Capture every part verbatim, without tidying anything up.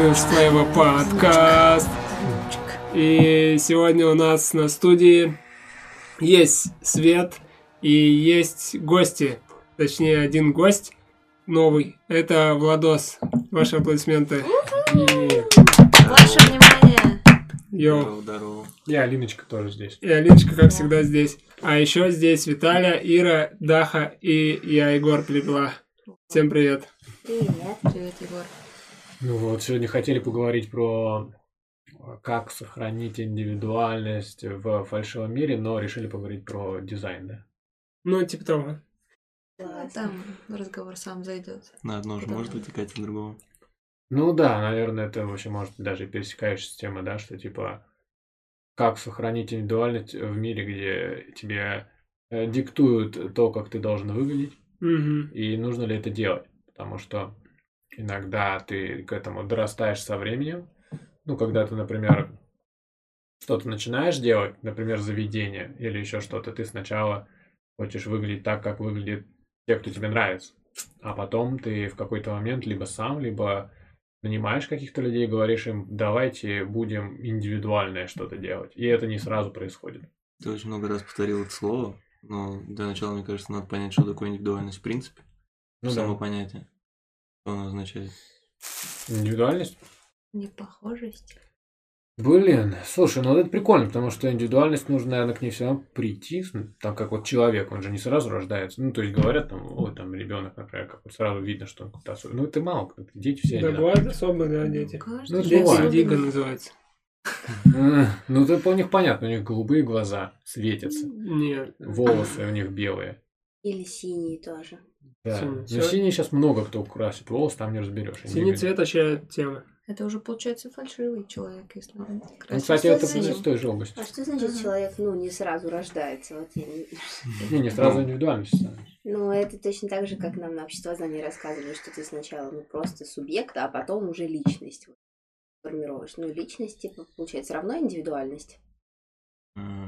выпуск твоего подкаста. И сегодня у нас на студии есть Свет и есть гости. Точнее, один гость новый. Это Владос. Ваши аплодисменты. Ваше внимание. Йоу. Здорово, здорово. И Алиночка тоже здесь. И Алиночка, как всегда, здесь. А еще здесь Виталя, Ира, Даха и я, Егор Плегла. Всем привет. Привет. Привет, Егор. Ну вот, сегодня хотели поговорить про как сохранить индивидуальность в фальшивом мире, но решили поговорить про дизайн, да? Ну, типа того. Да, там разговор сам зайдет. На одно же Да. может вытекать из другого. Ну да, наверное, это вообще может даже пересекающаяся тема, да, что типа как сохранить индивидуальность в мире, где тебе э, диктуют то, как ты должен выглядеть, Угу. и нужно ли это делать, потому что иногда ты к этому дорастаешь со временем. Ну, когда ты, например, что-то начинаешь делать, например, заведение или еще что-то, ты сначала хочешь выглядеть так, как выглядит те, кто тебе нравится. А потом ты в какой-то момент либо сам, либо нанимаешь каких-то людей, говоришь им, давайте будем индивидуальное что-то делать. И это не сразу происходит. Ты очень много раз повторил это слово, но для начала, мне кажется, надо понять, что такое индивидуальность в принципе. Ну Само да. понятие. Что оно означает. Индивидуальность? Непохожесть. Блин, слушай, ну это прикольно, потому что индивидуальность нужно, наверное, к ней все равно прийти, так как вот человек, он же не сразу рождается. Ну, то есть говорят, там, ой, там ребенок, например, как вот сразу видно, что он какой-то особенный. Ну, это мало, кто-то, дети все Да, одинаковые. бывают особые, да, дети. Каждый Ну, Дети бывает. Индиго называется. Э, Ну, это у них понятно, у них голубые глаза светятся, Нет. волосы у них белые. Или синие тоже. Да. Синий Но цвет. синие сейчас много кто красит волосы, там не разберешь. Синий цвет вообще тема. Это уже получается фальшивый человек, если он Ну, красит кстати, это синим. из той же области. А что значит Ага. человек, ну, не сразу рождается? Вот я не- Не, не сразу индивидуальность становится. Ну, это точно так же, как нам на обществознании рассказывали, что ты сначала, ну, просто субъект, а потом уже личность вот формируешь. Ну, личность, типа, получается, равно индивидуальность. А,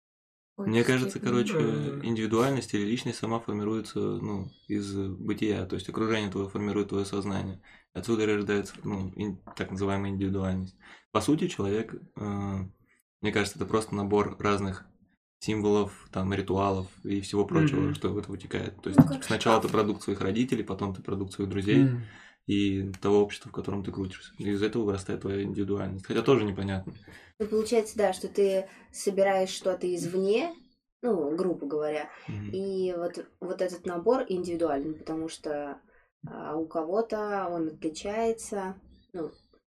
в Мне какой-то кажется, степени. короче, Мгм. индивидуальность или личность сама формируется, ну, из бытия, то есть окружение твое формирует твое сознание. Отсюда и рождается, ну, ин- так называемая индивидуальность. По сути, человек, э, мне кажется, это просто набор разных символов, там, ритуалов и всего прочего, Мгм. что в это вытекает. То Ну, есть как сначала шкаф. ты продукт своих родителей, потом ты продукт своих друзей М. и того общества, в котором ты крутишься. И из этого вырастает твоя индивидуальность. Хотя тоже непонятно. Ну, получается, да, что ты собираешь что-то извне, ну, грубо говоря, Мгм. и вот, вот этот набор индивидуальный, потому что а, у кого-то он отличается, ну,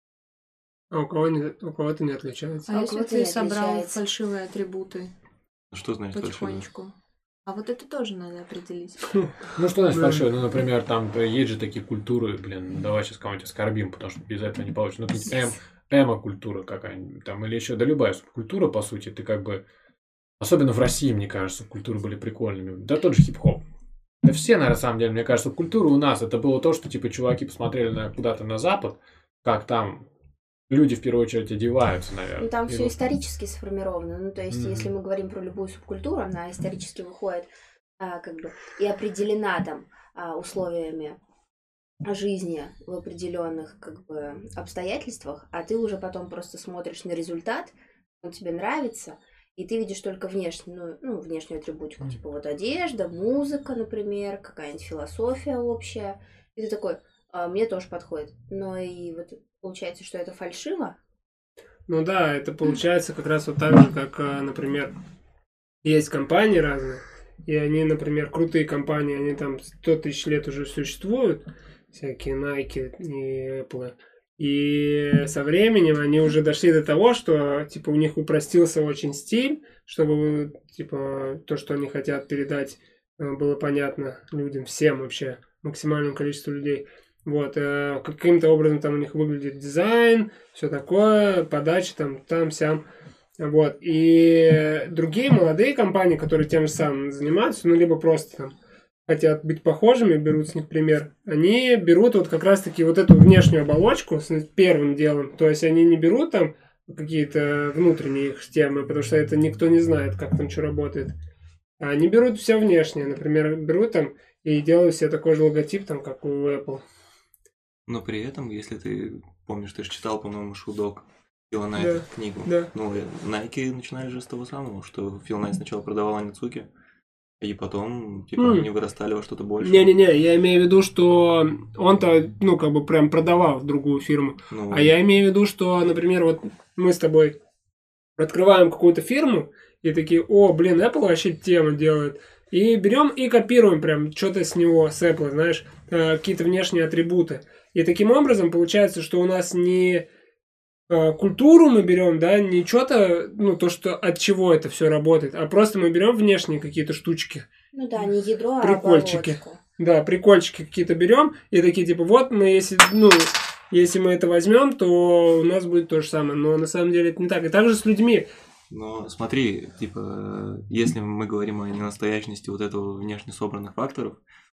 А у кого не, у кого-то не отличается. А А если кого-то ты не собрал отличается. фальшивые атрибуты Что значит фальшивое? потихонечку? А вот это тоже надо определить. Ну, что значит Да. фальшивое? Ну, например, там э, есть же такие культуры, блин, ну, давай сейчас кого-нибудь оскорбим, потому что без этого не получится. Ну, какие-нибудь эм, эмо-культура какая-нибудь там, или еще, да любая субкультура, по сути, ты как бы, особенно в России, мне кажется, культуры были прикольными. Да тот же хип-хоп. Да все, на самом деле, мне кажется, культура у нас, это было то, что, типа, чуваки посмотрели на, куда-то на Запад, как там люди, в первую очередь, одеваются, наверное. Ну, там И все вот- исторически сформировано. Ну, то есть, Мгм. если мы говорим про любую субкультуру, она исторически выходит а, как бы и определена там а, условиями жизни в определенных как бы обстоятельствах, а ты уже потом просто смотришь на результат, он тебе нравится, и ты видишь только внешнюю, ну, внешнюю атрибутику, Мгм. типа вот одежда, музыка, например, какая-нибудь философия общая, и ты такой, «А, мне тоже подходит. Но и вот получается, что это фальшиво. Ну да, это получается как раз вот так же, как, а, например, есть компании разные, и они, например, крутые компании, они там сто тысяч лет уже существуют, всякие Nike и Apple, и со временем они уже дошли до того, что, типа, у них упростился очень стиль, чтобы, типа, то, что они хотят передать, э, было понятно людям, всем вообще, максимальному количеству людей. Вот, э, каким-то образом там у них выглядит дизайн, все такое, подача там, там, сям. Вот, и другие молодые компании, которые тем же самым занимаются, ну, либо просто там хотят быть похожими, берут с них пример, они берут вот как раз-таки вот эту внешнюю оболочку с первым делом, то есть они не берут там какие-то внутренние их темы, потому что это никто не знает, как там что работает, а они берут все внешнее, например, берут там и делают себе такой же логотип, там, как у Apple. Но при этом, если ты помнишь, ты же читал, по-моему, Шудок Фила Да, Найта книгу. да. Ну, э, Nike начинали же с того самого, что Фил Найт сначала продавал Аницуки, и потом, типа, М. они вырастали во что-то большее. Не-не-не, я имею в виду, что он-то, ну, как бы прям продавал в другую фирму. Ну, А я имею в виду, что, например, вот мы с тобой открываем какую-то фирму, и такие, о, блин, Apple вообще тему делает. И берем и копируем прям что-то с него, с Apple, знаешь, э, какие-то внешние атрибуты. И таким образом получается, что у нас не э, культуру мы берем, да, не что-то, ну, то, что от чего это все работает, а просто мы берем внешние какие-то штучки. Ну да, не ядро, а Прикольчики. оболочка. Да, прикольчики какие-то берем, и такие, типа, вот мы, если, ну, если мы это возьмем, то у нас будет то же самое. Но на самом деле это не так. И также с людьми. но смотри, типа, если мы говорим о ненастоящности вот этого внешне собранных факторов,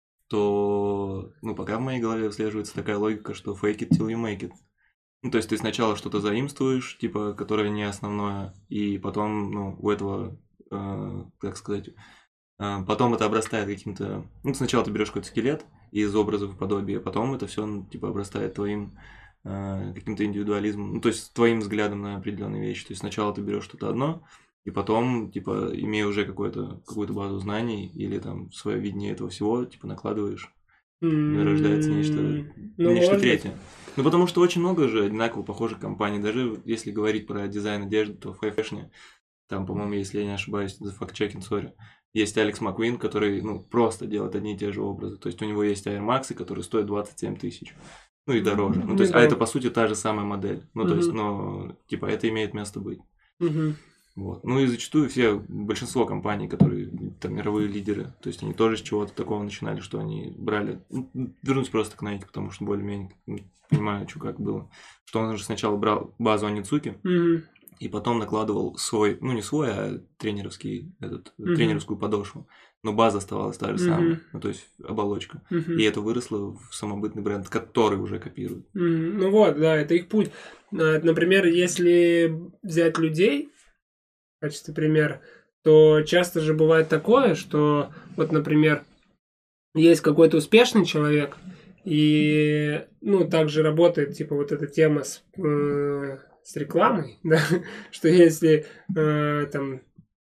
то, ну, пока в моей голове выслеживается такая логика, что fake it till you make it. Ну, то есть ты сначала что-то заимствуешь, типа, которое не основное, и потом, ну, у этого, э, как сказать, э, потом это обрастает каким-то... Ну, сначала ты берешь какой-то скелет из образов и подобия, потом это все, типа, обрастает твоим э, каким-то индивидуализмом, ну, то есть твоим взглядом на определенные вещи. То есть сначала ты берешь что-то одно, и потом, типа, имея уже какую-то какую-то базу знаний или там свое видение этого всего, типа, накладываешь, и рождается нечто, Ну, нечто может быть. третье. Ну, потому что очень много же одинаково похожих компаний. Даже если говорить про дизайн одежды, то в хайфэшне, там, по-моему, если я не ошибаюсь, за факт-чекинг, сори, есть Алекс Маккуин, который, ну, просто делает одни и те же образы. То есть у него есть Air Max, которые стоят двадцать семь тысяч. Ну, и дороже. Ну, то есть, а это, по сути, та же самая модель. Ну, то есть, Мгм. но, типа, это имеет место быть. Мгм. Вот. Ну и зачастую все, большинство компаний, которые там мировые лидеры, то есть они тоже с чего-то такого начинали, что они брали, ну, вернусь просто к Nike, потому что более-менее ну, понимаю, что как было, что он же сначала брал базу Аницуки Мгм. и потом накладывал свой, ну не свой, а тренерский, этот, Мгм. тренерскую подошву, но база оставалась та же Мгм. самая, ну то есть оболочка, Мгм. и это выросло в самобытный бренд, который уже копирует. Мгм. Ну вот, да, это их путь. А, Например, если взять людей в качестве примера, то часто же бывает такое, что вот, например, есть какой-то успешный человек, и, ну, также работает, типа, вот эта тема с, э, с рекламой, да, что если, э, там,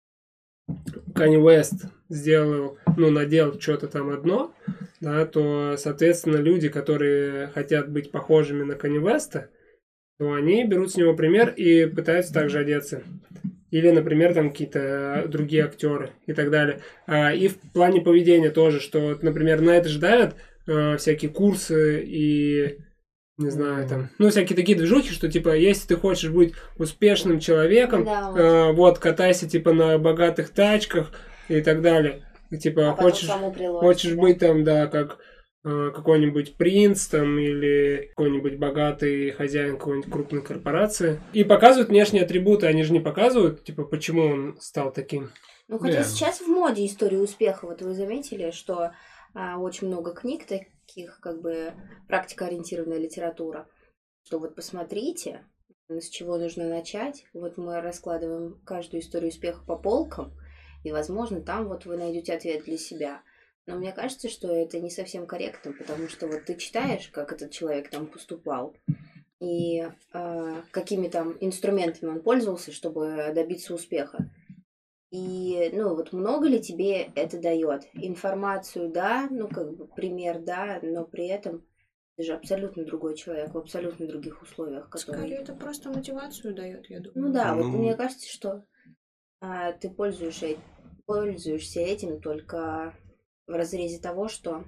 Kanye West сделал, ну, надел что-то там одно, да, то, соответственно, люди, которые хотят быть похожими на Kanye West, то они берут с него пример и пытаются также одеться. Или, например, там какие-то другие актеры и так далее. А, И в плане поведения тоже, что, вот, например, на это же давят э, всякие курсы и, не знаю, там, ну, всякие такие движухи, что, типа, если ты хочешь быть успешным человеком, Да, вот. э, вот, катайся, типа, на богатых тачках и так далее. И, типа, А потом хочешь, саму приложишь, хочешь да? быть там, да, как э, какой-нибудь принц там или какой-нибудь богатый хозяин какой-нибудь крупной корпорации. И показывают внешние атрибуты, они же не показывают, типа, почему он стал таким. Ну, хотя Не. сейчас в моде история успеха. Вот вы заметили, что а, очень много книг таких, как бы, практикоориентированная литература. Что вот посмотрите, с чего нужно начать. Вот мы раскладываем каждую историю успеха по полкам, и, возможно, там вот вы найдете ответ для себя. Но мне кажется, что это не совсем корректно, потому что вот ты читаешь, как этот человек там поступал, и а, какими там инструментами он пользовался, чтобы добиться успеха. И, ну, вот много ли тебе это дает? Информацию, да, ну, как бы пример, да, но при этом ты же абсолютно другой человек в абсолютно других условиях, которые... Скорее, это просто мотивацию дает, я думаю. Ну да, вот Ну. мне кажется, что а, ты пользуешься, пользуешься этим только в разрезе того, что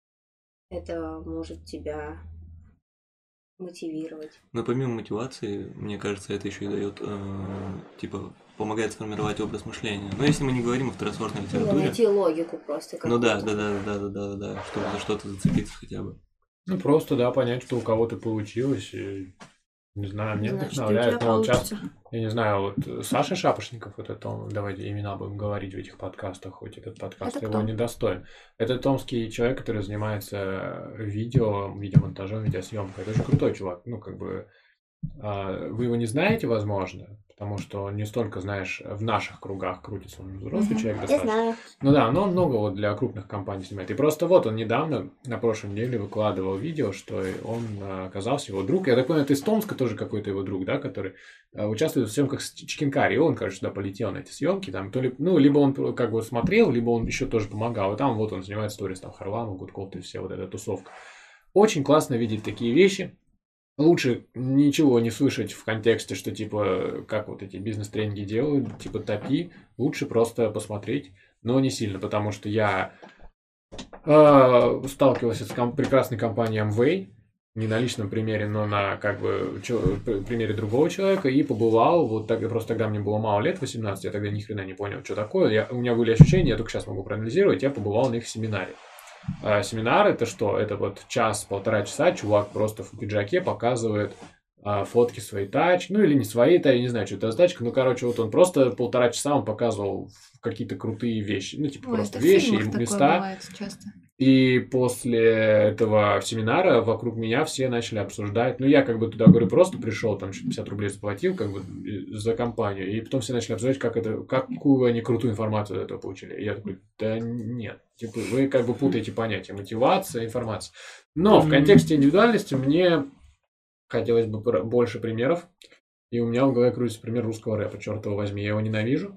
это может тебя мотивировать. Но помимо мотивации, мне кажется, это еще и дает, э, типа, помогает сформировать образ мышления. Но если мы не говорим о второсортной Или литературе, найти логику просто. ну да, какую-то. да, да, да, да, да, да, да, чтобы за что-то зацепиться хотя бы. Ну, просто, да, понять, что у кого-то получилось, и, не знаю, мне Значит, и у вдохновляет. тебя Но вот сейчас, получится. я не знаю, вот Саша Шапошников, вот это, он, давайте имена будем говорить в этих подкастах, хоть этот подкаст Это его кто? недостоин. Это томский человек, который занимается видео, видеомонтажом, видеосъемкой. Это очень крутой чувак, ну, как бы, А, Вы его не знаете, возможно, потому что он не столько, знаешь, в наших кругах крутится, он взрослый человек Я достаточно. знаю. Ну да, но он много вот для крупных компаний снимает. И просто вот он недавно, на прошлой неделе, выкладывал видео, что он а, оказался его друг. Я так понимаю, это из Томска тоже какой-то его друг, да, который а, участвует в съемках с Чикенкари. И он, короче, туда полетел на эти съемки. Там, то ли, ну, либо он как бы смотрел, либо он еще тоже помогал. И там вот он снимает сторис, там Харламов, Гудков, то есть вся вот эта тусовка. Очень классно видеть такие вещи. Лучше ничего не слышать в контексте, что типа, как вот эти бизнес-тренинги делают, типа топи. Лучше просто посмотреть, но не сильно, потому что я э, сталкивался с ком- прекрасной компанией Amway, не на личном примере, но на как бы чё- п- примере другого человека, и побывал, вот так, просто тогда мне было мало лет, восемнадцать, я тогда ни хрена не понял, что такое. Я, у меня были ощущения, я только сейчас могу проанализировать, я побывал на их семинаре. А семинар это что? Это вот час-полтора часа чувак просто в пиджаке показывает а, фотки своей тачки, ну или не своей, я не знаю, что это за тачка, ну короче, вот он просто полтора часа он показывал какие-то крутые вещи, ну типа Ой, просто это в вещи фильмах и такое места. бывает часто. И после этого семинара вокруг меня все начали обсуждать. Ну, я как бы туда, говорю, просто пришел, там пятьдесят рублей заплатил как бы за компанию. И потом все начали обсуждать, как это, какую они крутую информацию от этого получили. И я такой, да нет. Типа, вы как бы путаете понятия мотивация, информация. Но в контексте индивидуальности мне хотелось бы больше примеров. И у меня в голове крутится пример русского рэпа, черт его возьми. Я его ненавижу.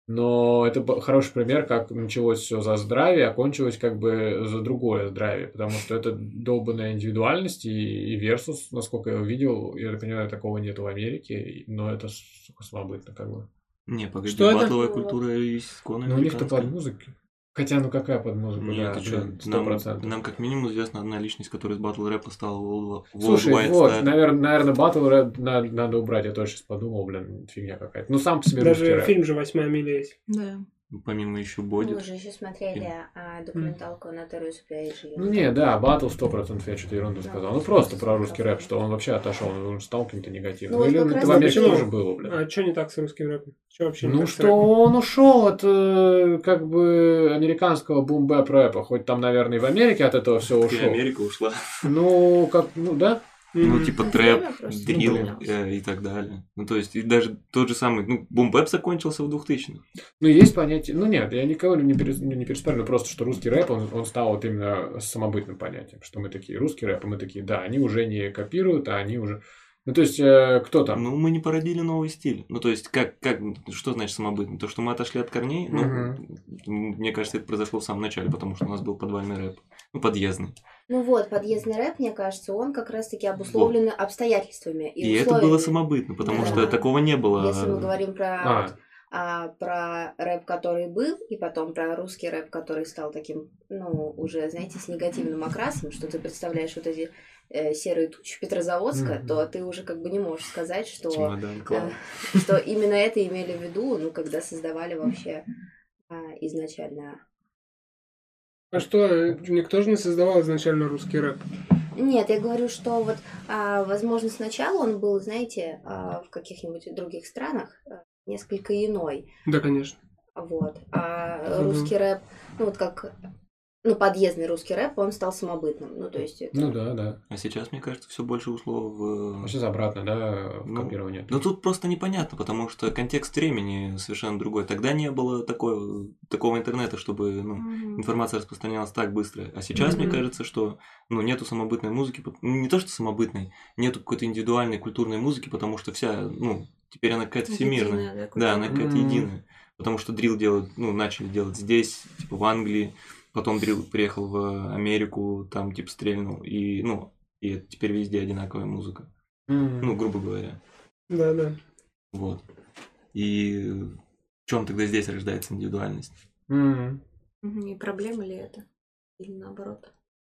Но это хороший пример, как началось все за здравие, а кончилось как бы за другое здравие, потому что это долбанная индивидуальность и, и Versus, насколько я увидел, я понимаю, такого нет в Америке, но это, сука, слабытно как бы. Не, погоди, Что это? батловая культура исконно Ну, у них-то американская. под музыку. Хотя, ну какая под музыку, Нет, да, ты чё, блин, сто нам, процентов. нам как минимум известна одна личность, которая из батл рэпа стала World, Слушай, Worldwide вот, Star. наверное, наверное, батл рэп надо, надо убрать, я тоже сейчас подумал, блин, фигня какая-то. Ну, сам по себе русский Даже рэп. фильм же «Восьмая миля» есть. Да. Помимо еще Мы Боди. же еще смотрели а, документалку Notorious би ай джи. Ну не, да, батл сто процентов, я что-то ерунду сказал. Ну просто про русский рэп, что он вообще отошел, он стал каким-то негативным. Ну, вот Или как это раз в Америке почему? тоже было, блин. А что не так с русским рэпом? Что вообще не Ну так с что рэпом? он ушел от э, как бы американского бум-бэп рэпа, хоть там, наверное, и в Америке от этого все И ушел. Америка ушла. Ну, как, ну да. Ну, Мгм. типа Ну, трэп, время просто дрил поменялось. э, и так далее. Ну, то есть, и даже тот же самый, ну, бум-бэп закончился в двухтысячных. Ну, есть понятие, ну нет, я никого не, перес, не переспорю, но просто, что русский рэп, он, он стал вот именно самобытным понятием, что мы такие, русский рэп, и мы такие, да, они уже не копируют, а они уже... Ну, то есть, э, кто там? Ну, мы не породили новый стиль. Ну, то есть, как, как, что значит самобытно? То, что мы отошли от корней, ну, Мгм. мне кажется, это произошло в самом начале, потому что у нас был подвальный рэп. Ну, подъездный. Ну вот, подъездный рэп, мне кажется, он как раз-таки обусловлен обстоятельствами и, И это условиями. было самобытно, потому Да. что такого не было. Если мы говорим про, А. вот, а, про рэп, который был, и потом про русский рэп, который стал таким, ну, уже, знаете, с негативным окрасом, что ты представляешь вот эти э, серые тучи Петрозаводска, Мгм. то ты уже как бы не можешь сказать, что, Чемодан, класс. э, что именно это имели в виду, ну, когда создавали вообще а, изначально. А что, э, никто же не создавал изначально русский рэп? Нет, я говорю, что вот, а, возможно, сначала он был, знаете, а, в каких-нибудь других странах а, несколько иной. Да, конечно. Вот. А Мгм. русский рэп, ну вот как, ну, подъездный русский рэп, он стал самобытным. Ну, то есть это... Ну да, да. А сейчас, мне кажется, все больше ушло в... А сейчас обратно, да, в Ну, копирование. Ну, тут просто непонятно, потому что контекст времени совершенно другой. Тогда не было такой, такого интернета, чтобы ну, Мгм. информация распространялась так быстро. А сейчас, Мгм. мне кажется, что ну, нету самобытной музыки. пот- ну, Не то, что самобытной, нету какой-то индивидуальной культурной музыки, потому что вся, ну, теперь она какая-то всемирная. Единая, да, Да, она культура. какая-то Мгм. единая. Потому что дрил делают, ну, начали делать здесь, типа в Англии, потом дрил приехал в Америку, там, типа, стрельнул, и, ну, и теперь везде одинаковая музыка. Мгм. Ну, грубо говоря. Да, да. Вот. И в чем тогда здесь рождается индивидуальность? Мгм. Мгм. И проблема ли это? Или наоборот?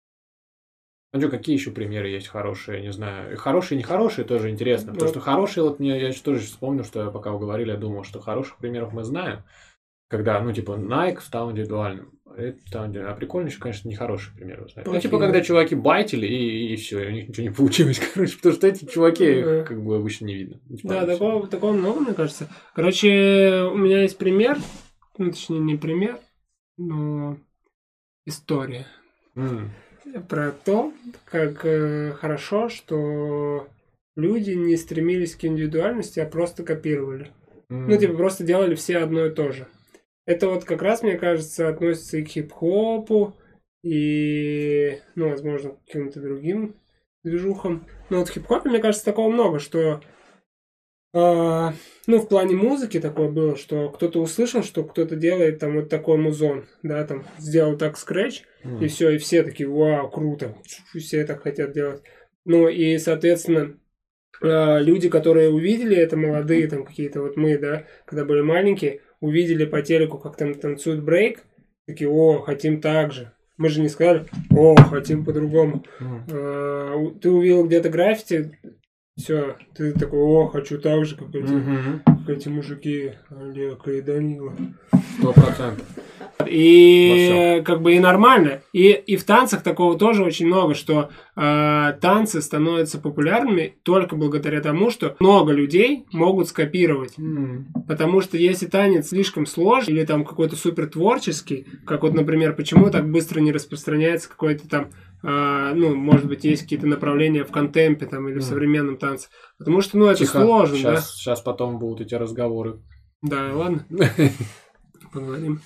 А что, какие еще примеры есть хорошие, не знаю. И хорошие, и нехорошие тоже интересно. Потому Вот. что хорошие, вот мне, я еще тоже вспомнил, что я пока вы говорили, я думал, что хороших примеров мы знаем. Когда, ну, типа, Nike стал индивидуальным. Это стал индивидуальным. А прикольно еще, конечно, нехорошие примеры. Знаете. Ну, типа, Плохие. когда чуваки байтили, и, и все, у них ничего не получилось, короче. Потому что эти чуваки, Мгм. как бы, обычно не видно. Не Да, впадают такого, такого много, мне кажется. Короче, у меня есть пример, ну, точнее, не пример, но история все. М. про то, как э, хорошо, что люди не стремились к индивидуальности, а просто копировали. М. Ну, типа, просто делали все одно и то же. Это вот как раз, мне кажется, относится и к хип-хопу, и, ну, возможно, к каким-то другим движухам. Но вот в хип-хопе, мне кажется, такого много, что, а, ну, в плане музыки такое было, что кто-то услышал, что кто-то делает там вот такой музон, да, там, сделал так скретч, М. и все, и все такие, вау, круто, все так хотят делать. Ну, и, соответственно, а, люди, которые увидели это, молодые там какие-то, вот мы, да, когда были маленькие, увидели по телеку, как там танцуют брейк, такие, о, хотим так же. Мы же не сказали, о, хотим по-другому. М. А, у- Ты увидел где-то граффити, все, ты такой, о, хочу так же, как эти, Мгм. как эти мужики, Олег и Данила. Сто процентов. И как бы и нормально. И, и в танцах такого тоже очень много, что э, танцы становятся популярными только благодаря тому, что много людей могут скопировать. М. Потому что если танец слишком сложный или там какой-то супер творческий, как вот, например, почему так быстро не распространяется какой-то там, э, ну, может быть, есть какие-то направления в контемпе там или в Мгм. современном танце. Потому что, ну, это Тихо. сложно, Сейчас, сейчас потом будут эти разговоры. да? Да, ладно. Поговорим.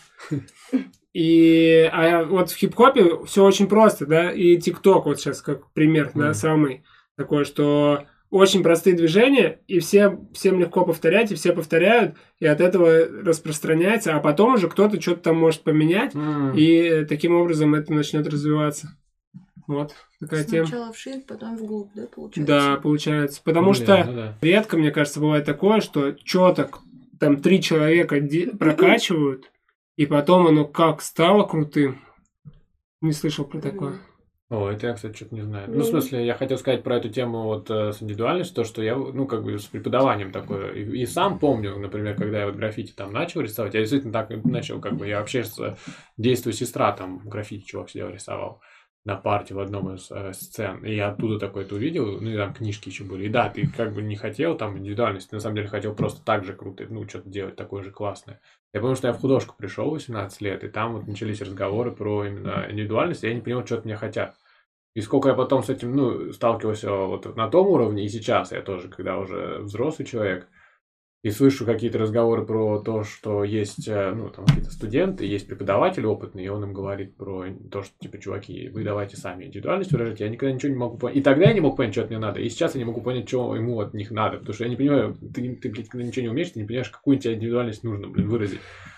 И а вот в хип-хопе все очень просто, да, и ТикТок вот сейчас как пример, да, Мгм. самый такой, что очень простые движения, и все, всем легко повторять, и все повторяют, и от этого распространяется, а потом уже кто-то что-то там может поменять, М. и таким образом это начнет развиваться. Вот такая тема. Сначала вширь, потом вглубь, да, получается? Да, получается. Потому Блин, что ну да. редко, мне кажется, бывает такое, что что-то там три человека де- прокачивают, и потом оно как стало крутым. Не слышал про такое. Мгм. О, это я, кстати, что-то не знаю. Ну, в Ну. смысле, я хотел сказать про эту тему вот э, с индивидуальностью, то, что я, ну, как бы с преподаванием такое. И, и сам помню, например, когда я вот граффити там начал рисовать, я действительно так и начал, как бы, я вообще с э, действую сестра там граффити чувак сидел рисовал на парте в одном из э, сцен. И я оттуда такое-то увидел, ну, и там книжки еще были. И да, ты как бы не хотел там индивидуальности, ты на самом деле хотел просто так же круто, ну, что-то делать такое же классное. Я помню, что я в художку пришел в восемнадцать лет, и там вот начались разговоры про именно индивидуальность, и я не понимал, что от меня хотят. И сколько я потом с этим, ну, сталкивался вот на том уровне, и сейчас я тоже, когда уже взрослый человек, и слышу какие-то разговоры про то, что есть, э, ну, там какие-то студенты, есть преподаватель опытный, и он им говорит про то, что, типа, чуваки, вы давайте сами индивидуальность выражать, я никогда ничего не могу понять. И тогда я не мог понять, что от меня надо, и сейчас я не могу понять, что ему от них надо, потому что я не понимаю, ты, ты блядь, когда ничего не умеешь, ты не понимаешь, какую тебе индивидуальность нужно, блин, выразить.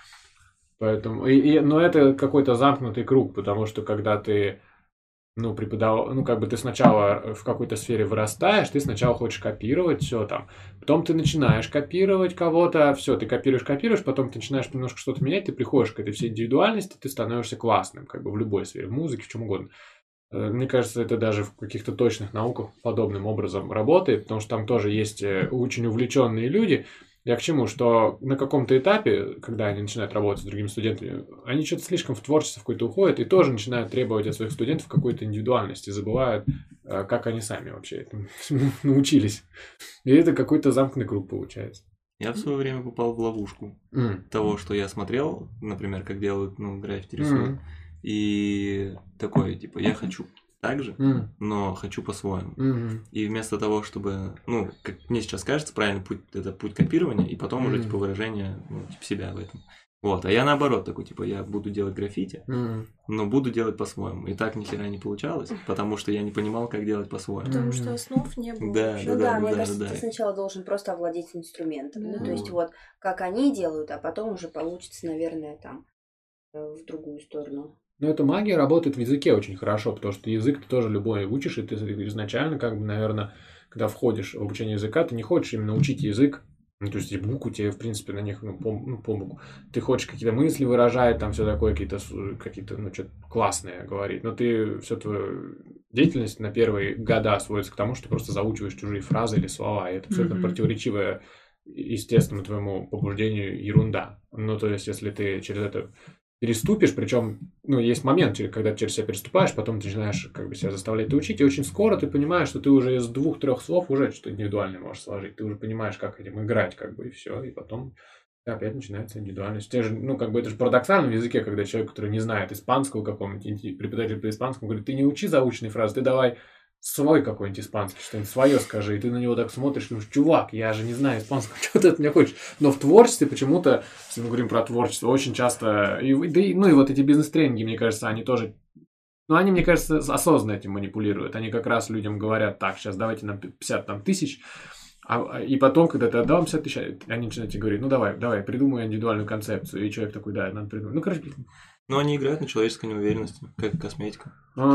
Поэтому, и, и- но это какой-то замкнутый круг, потому что когда ты, ну, преподавал, ну, как бы ты сначала в какой-то сфере вырастаешь, ты сначала хочешь копировать все там, потом ты начинаешь копировать кого-то, все, ты копируешь, копируешь, потом ты начинаешь немножко что-то менять, ты приходишь к этой всей индивидуальности, ты становишься классным, как бы в любой сфере, в музыке, в чем угодно. Э, Мне кажется, это даже в каких-то точных науках подобным образом работает, потому что там тоже есть э, очень увлеченные люди. Я к чему? Что на каком-то этапе, когда они начинают работать с другими студентами, они что-то слишком в творчество в какое-то уходят и тоже начинают требовать от своих студентов какой-то индивидуальности, забывают, э, как они сами вообще этому научились. И это какой-то замкнутый круг получается. Я в свое время попал в ловушку М. того, что я смотрел, например, как делают, ну, граффити рисуют, М. и такое, типа, я хочу так же, М. но хочу по-своему. Мгм. И вместо того, чтобы, ну, как мне сейчас кажется, правильный путь – это путь копирования, и потом уже, Мгм. типа, выражение, ну, типа, себя в этом. Вот, а я наоборот такой, типа, я буду делать граффити, М. но буду делать по-своему. И так ни хера не получалось, потому что я не понимал, как делать по-своему. Потому что Мгм. основ не было. Да, вообще. Ну да, мне да, кажется, да. ты сначала должен просто овладеть инструментом. Ну, Да. то есть вот как они делают, а потом уже получится, наверное, там э, в другую сторону. Ну, эта магия работает в языке очень хорошо, потому что язык ты тоже любой учишь, и ты изначально, как бы, наверное, когда входишь в обучение языка, ты не хочешь именно учить язык, ну, то есть и буквы тебе, в принципе, на них, ну, по, ну, по букву. Ты хочешь какие-то мысли выражать, там все такое, какие-то, су- какие-то, ну, что-то классное говорить, но ты, все твою деятельность на первые года сводится к тому, что ты просто заучиваешь чужие фразы или слова, и это абсолютно Мгм. противоречивая естественному твоему побуждению ерунда. Ну, то есть, если ты через это переступишь, причем, ну, есть момент, через- когда ты через себя переступаешь, потом ты начинаешь как бы себя заставлять это учить, и очень скоро ты понимаешь, что ты уже из двух-трех слов уже что-то индивидуальное можешь сложить, ты уже понимаешь, как этим играть, как бы, и все, и потом опять начинается индивидуальность. Те же, ну, как бы это же парадоксально в языке, когда человек, который не знает испанского какого-нибудь, инди- преподаватель по испанскому говорит, ты не учи заученные фразы, ты давай свой какой-нибудь испанский, что-нибудь свое скажи, и ты на него так смотришь, думаешь, чувак, я же не знаю испанского, что ты от меня хочешь. Но в творчестве почему-то, если мы говорим про творчество, очень часто, и, да, и, ну и вот эти бизнес-тренинги, мне кажется, они тоже, ну они, мне кажется, осознанно этим манипулируют. Они как раз людям говорят, так, сейчас давайте нам пятьдесят там, тысяч, а, и потом, когда ты отдал пятьдесят тысяч, они начинают тебе говорить, ну давай, давай, придумай индивидуальную концепцию. И человек такой, да, надо придумать. Ну, короче. Ну, они играют на человеческой неуверенности, как косметика.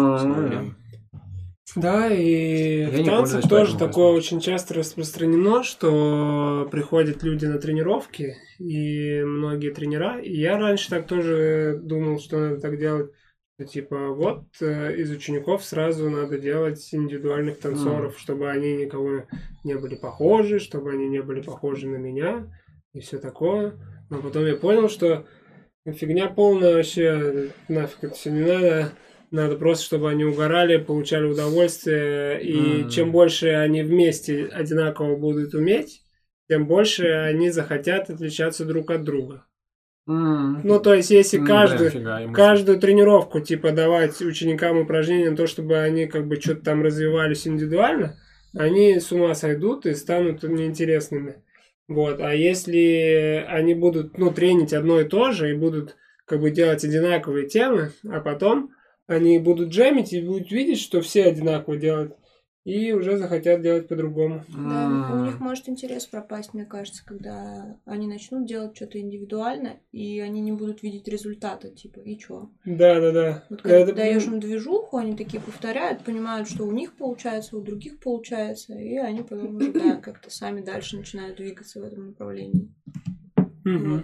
Да, и в танцах тоже такое очень часто распространено, что приходят люди на тренировки, и многие тренера, и я раньше так тоже думал, что надо так делать, что типа вот из учеников сразу надо делать индивидуальных танцоров, mm. чтобы они никого не были похожи, чтобы они не были похожи на меня, и все такое. Но потом я понял, что фигня полная вообще, нафиг это все не надо. Надо просто, чтобы они угорали, получали удовольствие, и mm. чем больше они вместе одинаково будут уметь, тем больше они захотят отличаться друг от друга. Mm. Ну, то есть, если mm, каждую, фига, каждую тренировку, типа, давать ученикам упражнения на то, чтобы они, как бы, что-то там развивались индивидуально, они с ума сойдут и станут неинтересными. Вот, а если они будут, ну, тренить одно и то же, и будут, как бы, делать одинаковые темы, а потом они будут джемить и будут видеть, что все одинаково делают, и уже захотят делать по-другому. Да, у них может интерес пропасть, мне кажется, когда они начнут делать что-то индивидуально, и они не будут видеть результата, типа, и чё? Да, да, да. Вот когда это... ты даешь им движуху, они такие повторяют, понимают, что у них получается, у других получается, и они потом уже, да, как-то сами дальше начинают двигаться в этом направлении. Вот.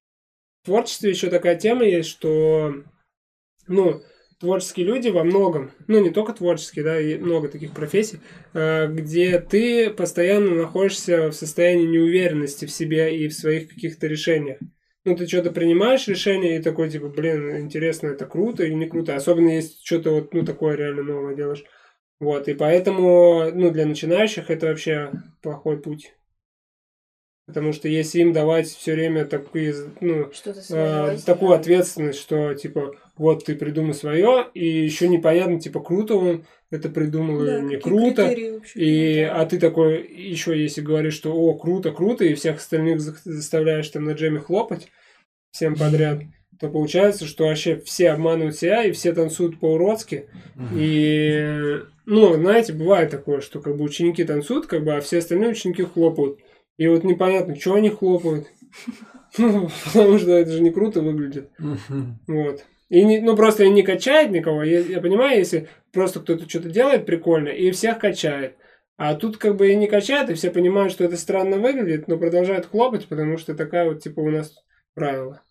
В творчестве еще такая тема есть, что, ну, творческие люди во многом, ну не только творческие, да, и много таких профессий, где ты постоянно находишься в состоянии неуверенности в себе и в своих каких-то решениях. Ну, ты что-то принимаешь решение и такой, типа, блин, интересно, это круто или не круто. Особенно если что-то вот, ну, такое реально новое делаешь. Вот, и поэтому, ну, для начинающих это вообще плохой путь. Потому что если им давать все время такие, ну, э, такую ответственность, что типа вот ты придумай свое, и еще непонятно, типа круто он это придумал да, или не круто. И, а ты такой еще если говоришь, что о, круто, круто, и всех остальных заставляешь там на джеме хлопать всем подряд, то получается, что вообще все обманывают себя, и все танцуют по-уродски. И, ну, знаете, бывает такое, что как бы ученики танцуют, как бы, а все остальные ученики хлопают. И вот непонятно, что они хлопают. Потому что это же не круто выглядит. Вот. И не, ну, просто не качает никого. Я, я понимаю, если просто кто-то что-то делает прикольно, и всех качает. А тут как бы и не качает, и все понимают, что это странно выглядит, но продолжают хлопать, потому что такая вот, типа, у нас правило.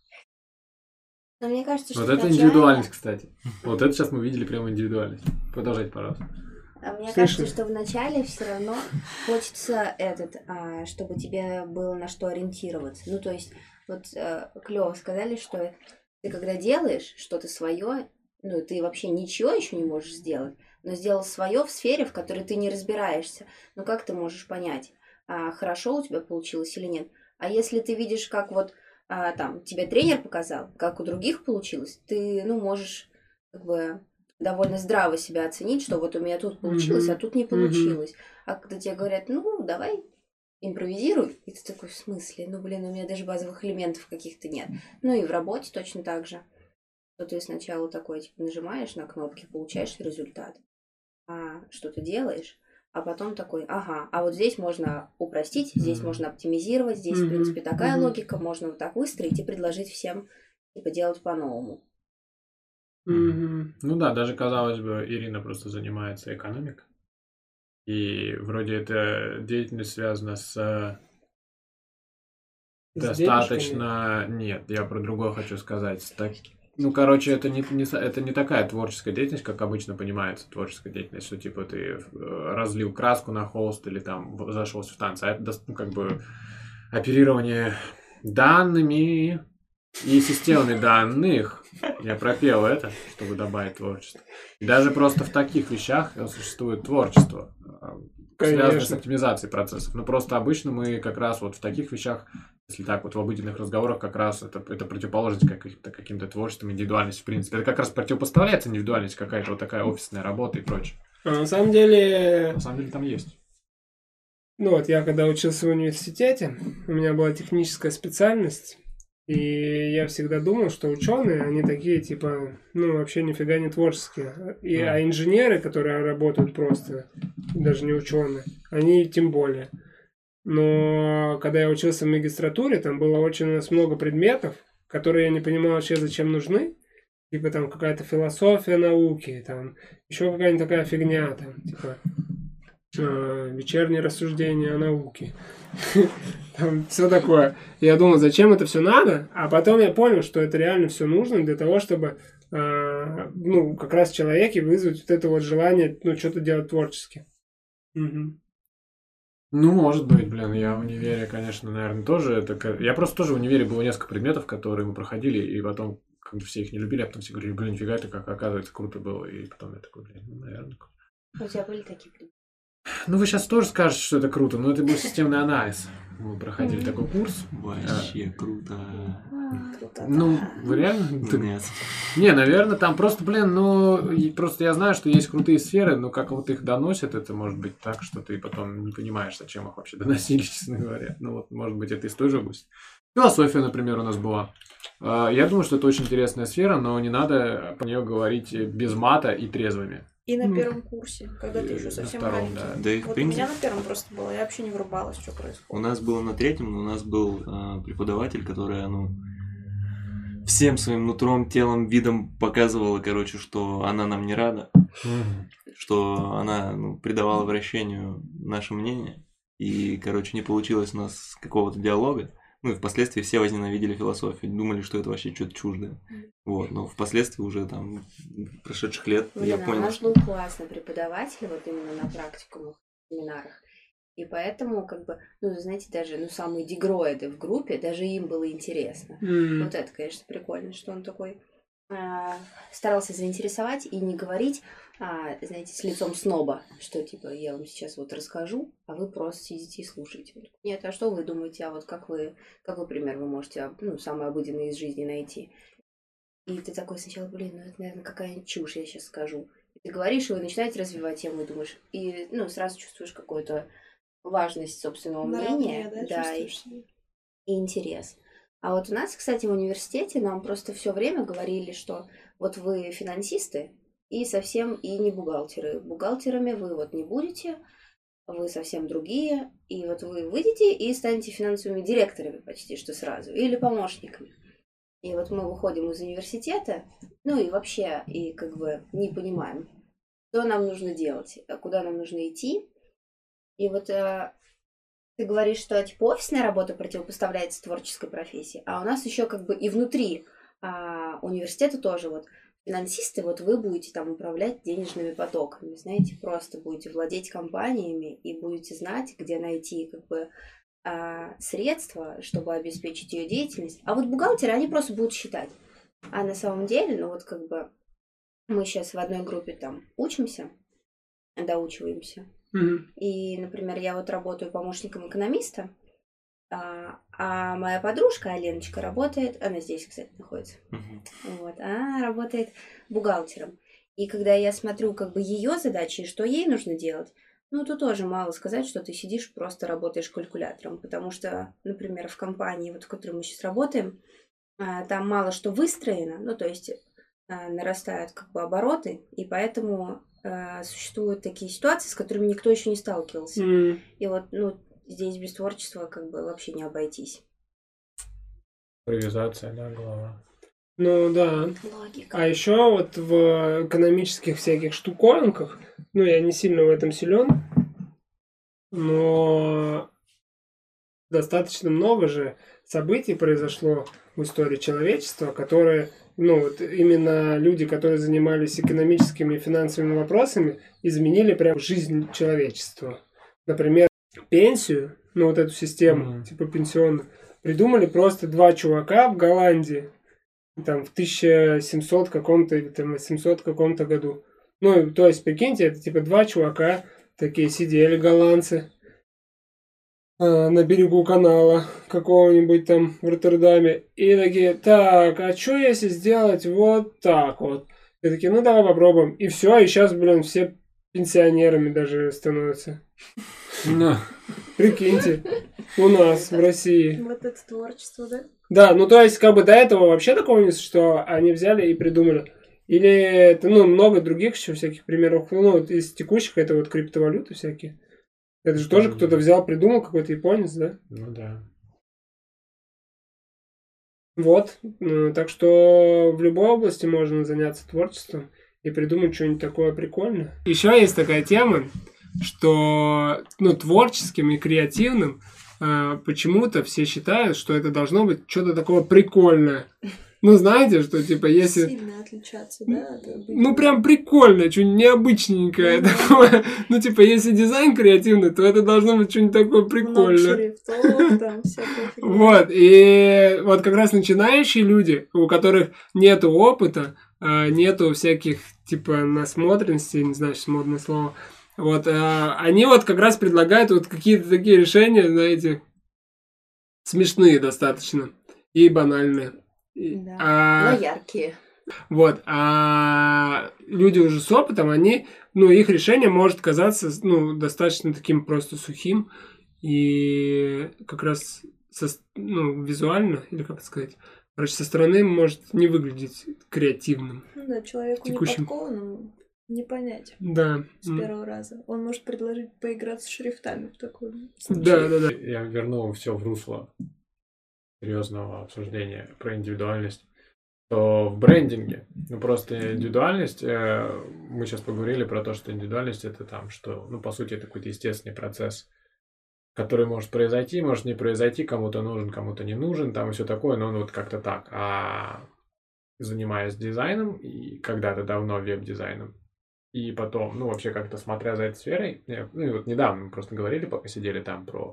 Но мне кажется, что вот это начальная... индивидуальность, кстати. Вот это сейчас мы видели прямо индивидуальность. Продолжайте, пожалуйста. А мне Слышно. кажется, что вначале все равно хочется этот, а, чтобы тебе было на что ориентироваться. Ну, то есть, вот а, клево сказали, что ты когда делаешь что-то свое, ну, ты вообще ничего еще не можешь сделать, но сделал свое в сфере, в которой ты не разбираешься. Ну, как ты можешь понять, а, хорошо у тебя получилось или нет? А если ты видишь, как вот а, там тебе тренер показал, как у других получилось, ты, ну, можешь как бы довольно здраво себя оценить, что вот у меня тут получилось, mm-hmm. а тут не получилось. Mm-hmm. А когда тебе говорят, ну, давай, импровизируй, и ты такой, в смысле? Ну, блин, у меня даже базовых элементов каких-то нет. Ну, и в работе точно так же. Что ты сначала такой, типа, нажимаешь на кнопки, получаешь результат, а что ты делаешь, а потом такой, ага, а вот здесь можно упростить, здесь mm-hmm. можно оптимизировать, здесь, mm-hmm. в принципе, такая mm-hmm. логика, можно вот так выстроить и предложить всем, типа, делать по-новому. Mm-hmm. Ну да, даже, казалось бы, Ирина просто занимается экономикой. И вроде эта деятельность связана с, с достаточно... Денежками? Нет, я про другое хочу сказать. Так... Ну, короче, это не, не, это не такая творческая деятельность, как обычно понимается творческая деятельность, что типа ты разлил краску на холст или там зашелся в танцы. А это, ну, как бы оперирование данными и системами данных. Я пропел это, чтобы добавить творчество. И даже просто в таких вещах существует творчество, связанное с оптимизацией процессов. Но просто обычно мы как раз вот в таких вещах, если так вот в обыденных разговорах, как раз это, это противоположность каким-то, каким-то творчеством, индивидуальность в принципе. Это как раз противопоставляется индивидуальность, какая-то вот такая офисная работа и прочее. А на самом деле, На самом деле там есть. ну вот я когда учился в университете, у меня была техническая специальность, и я всегда думал, что ученые, они такие, типа, ну, вообще нифига не творческие. И, Да. а инженеры, которые работают просто, даже не ученые, они тем более. Но когда я учился в магистратуре, там было очень у нас много предметов, которые я не понимал вообще, зачем нужны. Типа там какая-то философия науки, там еще какая-нибудь такая фигня, там, типа э, вечерние рассуждения о науке. Там все такое. Я думал, зачем это все надо, а потом я понял, что это реально все нужно для того, чтобы э, ну, как раз в человеке вызвать вот это вот желание, ну, что-то делать творчески. Мгм. Ну, может быть, блин, я в универе, конечно, наверное, тоже это... ка- Я просто тоже в универе было несколько предметов, которые мы проходили, и потом как бы все их не любили, а потом все говорили, блин, нифига это как, оказывается, круто было. И потом я такой, блин, ну, наверное. У тебя были такие предметы? Ну, вы сейчас тоже скажете, что это круто, но это был системный анализ. Мы проходили такой курс. Вообще круто. Круто. Ну, вы реально? Нет. Не, наверное, там просто, блин, ну, и просто я знаю, что есть крутые сферы, но как вот их доносят, это может быть так, что ты потом не понимаешь, зачем их вообще доносили, честно говоря. Ну, вот, может быть, это из той же области. Философия, например, у нас была. А, Я думаю, что это очень интересная сфера, но не надо по нее говорить без мата и трезвыми. И на Ну, первом курсе, когда ты и еще на совсем втором, маленький. да. Да и в Вот у принципе, меня на первом просто было, я вообще не врубалась, что у происходит. нас было на третьем, но у нас был а, преподаватель, которая, ну, всем своим нутром, телом, видом показывала, короче, что она нам не рада, что она, ну, придавала вращению наше мнение, и, короче, не получилось у нас какого-то диалога. Ну и впоследствии все возненавидели философию, думали, что это вообще что-то чуждое. Вот, но впоследствии уже там прошедших лет я Блин, а у понял, нас что... был классный преподаватель, вот именно на практикумах, семинарах. И поэтому, как бы, ну, знаете, даже, ну, самые дегроиды в группе, даже им было интересно. М. Вот это, конечно, прикольно, что он такой а, старался заинтересовать и не говорить, а, знаете, с лицом сноба, что, типа, я вам сейчас вот расскажу, а вы просто сидите и слушаете. Он такой, нет, а что вы думаете, а вот как вы, какой пример вы можете, ну, самый обыденный из жизни найти? И ты такой сначала, блин, ну, это, наверное, какая-нибудь чушь, я сейчас скажу. И ты говоришь, и вы начинаете развивать тему, и думаешь, и, ну, сразу чувствуешь какую-то важность собственного мнения, Наравне, да, да, и, чувствуешь себя? и интерес. А вот у нас, кстати, в университете нам просто все время говорили, что вот вы финансисты и совсем и не бухгалтеры. Бухгалтерами вы вот не будете, вы совсем другие, и вот вы выйдете и станете финансовыми директорами почти что сразу, или помощниками. И вот мы выходим из университета, ну и вообще, и как бы не понимаем, что нам нужно делать, а куда нам нужно идти. И вот э, ты говоришь, что типа офисная работа противопоставляется творческой профессии, а у нас еще как бы и внутри а, университета тоже вот финансисты, вот вы будете там управлять денежными потоками, знаете, просто будете владеть компаниями и будете знать, где найти как бы а, средства, чтобы обеспечить ее деятельность. А вот бухгалтеры, они просто будут считать. А на самом деле, ну вот как бы мы сейчас в одной группе там учимся, доучиваемся. Мгм. И, например, я вот работаю помощником экономиста, а, а моя подружка Аленочка работает, она здесь, кстати, находится, Мгм. вот, она работает бухгалтером. И когда я смотрю как бы ее задачи и что ей нужно делать, ну, то тоже мало сказать, что ты сидишь, просто работаешь калькулятором, потому что, например, в компании, вот в которой мы сейчас работаем, а, там мало что выстроено, ну, то есть а, нарастают как бы обороты, и поэтому а, существуют такие ситуации, с которыми никто еще не сталкивался. М. И вот, ну, здесь без творчества как бы вообще не обойтись. Импровизация, да, голова. Ну да. Логика. А еще вот в экономических всяких штуковинках, ну, я не сильно в этом силен, но достаточно много же событий произошло в истории человечества, которые, ну, вот именно люди, которые занимались экономическими и финансовыми вопросами, изменили прям жизнь человечества. Например, пенсию, ну, вот эту систему, Мгм. типа пенсионную, придумали просто два чувака в Голландии, там, в тысяча семьсот каком-то или там восемьсот каком-то году. Ну, то есть, прикиньте, это типа два чувака, такие сидели голландцы э, на берегу канала какого-нибудь там в Роттердаме, и такие, так, а что если сделать вот так вот? И такие, ну давай попробуем. И все, и сейчас, блин, все пенсионерами даже становятся. Ну, Прикиньте, у нас, в России. Вот это творчество, да? Да, ну то есть, как бы до этого вообще такого не что они взяли и придумали. Или это, ну, много других еще всяких примеров. Ну, вот из текущих это вот криптовалюты всякие. Это же тоже кто-то взял, придумал, какой-то японец, да? ну да. Вот. Ну, так что в любой области можно заняться творчеством и придумать что-нибудь такое прикольное. Еще есть такая тема, что, ну, творческим и креативным э, почему-то все считают, что это должно быть что-то такое прикольное. Ну, знаете, что, типа, если... Сильно отличаться, да? от обычного. Ну, прям прикольно, что-нибудь необычненькое такое. Ну, типа, если дизайн креативный, то это должно быть что-нибудь такое Много прикольное. шрифтов, там, всякая фигня. Вот, и вот как раз начинающие люди, у которых нету опыта, а, нету всяких, типа, насмотренностей, не знаю, сейчас модное слово, вот, а, они вот как раз предлагают вот какие-то такие решения, знаете, смешные достаточно и банальные. И- Да. а- Но яркие. Вот, а люди уже с опытом, они, ну, их решение может казаться, ну, достаточно таким просто сухим и как раз, со, ну, визуально, или как это сказать, короче, со стороны может не выглядеть креативным. Ну да, человеку Текущим. неподкованному не понять Да. с первого раза. Он может предложить поиграться с шрифтами в таком Да, да, да. Я верну все в русло серьезного обсуждения про индивидуальность. То в брендинге, ну просто индивидуальность, э, мы сейчас поговорили про то, что индивидуальность это там, что, ну по сути это какой-то естественный процесс, который может произойти, может не произойти, кому-то нужен, кому-то не нужен, там и все такое, но он вот как-то так. А занимаясь дизайном и когда-то давно веб-дизайном, и потом, ну вообще как-то смотря за этой сферой, я- ну и вот недавно мы просто говорили, пока сидели там про,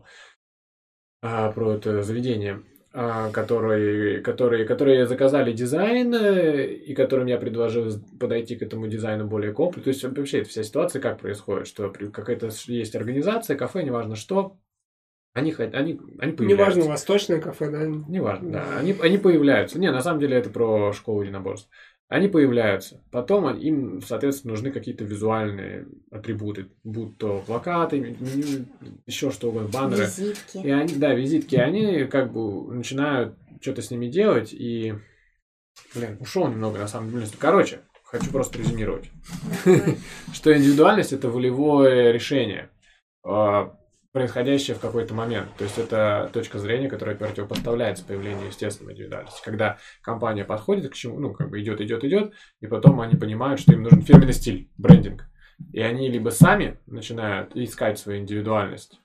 а, про это заведение, а, которые, которые, которые заказали дизайн, э, и которым я предложил подойти к этому дизайну более комплексно. То есть вообще эта вся ситуация как происходит, что при- какая-то с- есть организация, кафе, неважно что, они, хот- они, они появляются. Неважно, восточное кафе, да? Неважно, да. Да. Они, они появляются. Не, на самом деле это про школу единоборств. Они появляются. Потом им, соответственно, нужны какие-то визуальные атрибуты. Будь то плакаты, меню, еще что угодно, баннеры. Визитки. И они, да, визитки, они как бы начинают что-то с ними делать, и, блин, ушел немного на самом деле. Короче, хочу просто резюмировать, что индивидуальность это волевое решение, а, происходящее в какой-то момент. То есть это точка зрения, которая противопоставляется появлению естественной индивидуальности. Когда компания подходит к чему, ну, как бы идет, идет, идет, и потом они понимают, что им нужен фирменный стиль, брендинг. И они либо сами начинают искать свою индивидуальность,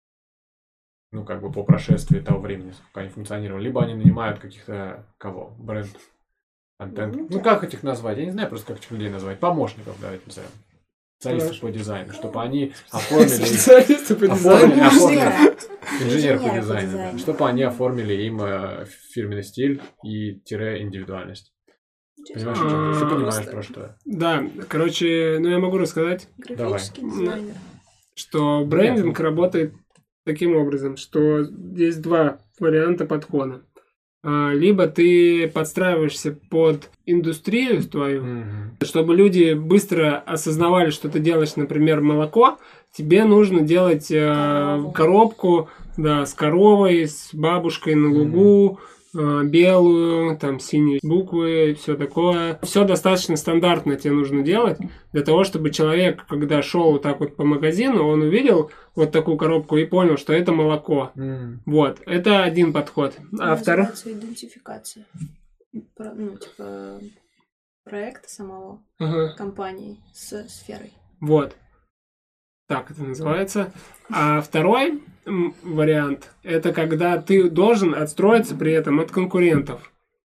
ну, как бы по прошествии того времени, сколько они функционировали, либо они нанимают каких-то, кого, бренд, контент. Ну, Ну, как этих назвать? Я не знаю просто, как этих людей назвать. Помощников, давайте назовем. Специалистов Хорошо. по дизайну, чтобы они оформили... Специалисты по Оформили, дизайну. оформили. Инженера. Инженер по Инженера по дизайну, да. дизайну. Чтобы они оформили им э, фирменный стиль и тире индивидуальность. Понимаешь, о чем? Ты А, понимаешь, просто про что? Да, короче, ну я могу рассказать, Графический Давай. дизайнер. что брендинг работает таким образом, что есть два варианта подхода. А, Либо ты подстраиваешься под индустрию твою, Мгм. чтобы люди быстро осознавали, что ты делаешь, например, молоко, тебе нужно делать э, Корову. коробку, да, с коровой, с бабушкой на лугу, э, белую, там синие буквы, все такое. Все достаточно стандартно тебе нужно делать для того, чтобы человек, когда шел вот так вот по магазину, он увидел вот такую коробку и понял, что это молоко. М. Вот, это один подход. А второй... Называется идентификация. Про- ну, типа проекта самого Ага. компании с сферой. Вот. Так это называется. А второй м, вариант – это когда ты должен отстроиться при этом от конкурентов.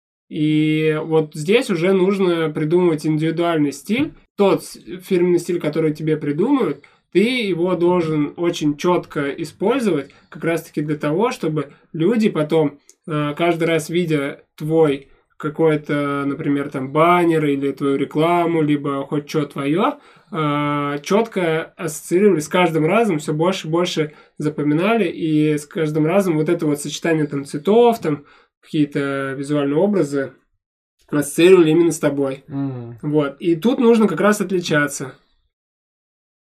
И вот здесь уже нужно придумывать индивидуальный стиль. Тот с- фирменный стиль, который тебе придумают, ты его должен очень четко использовать, как раз-таки для того, чтобы люди потом, э, каждый раз видя твой какой-то, например, там баннер или твою рекламу, либо хоть что твое, четко ассоциировали с каждым разом, все больше и больше запоминали, и с каждым разом вот это вот сочетание там цветов, там какие-то визуальные образы ассоциировали именно с тобой. М. Вот. И тут нужно как раз отличаться.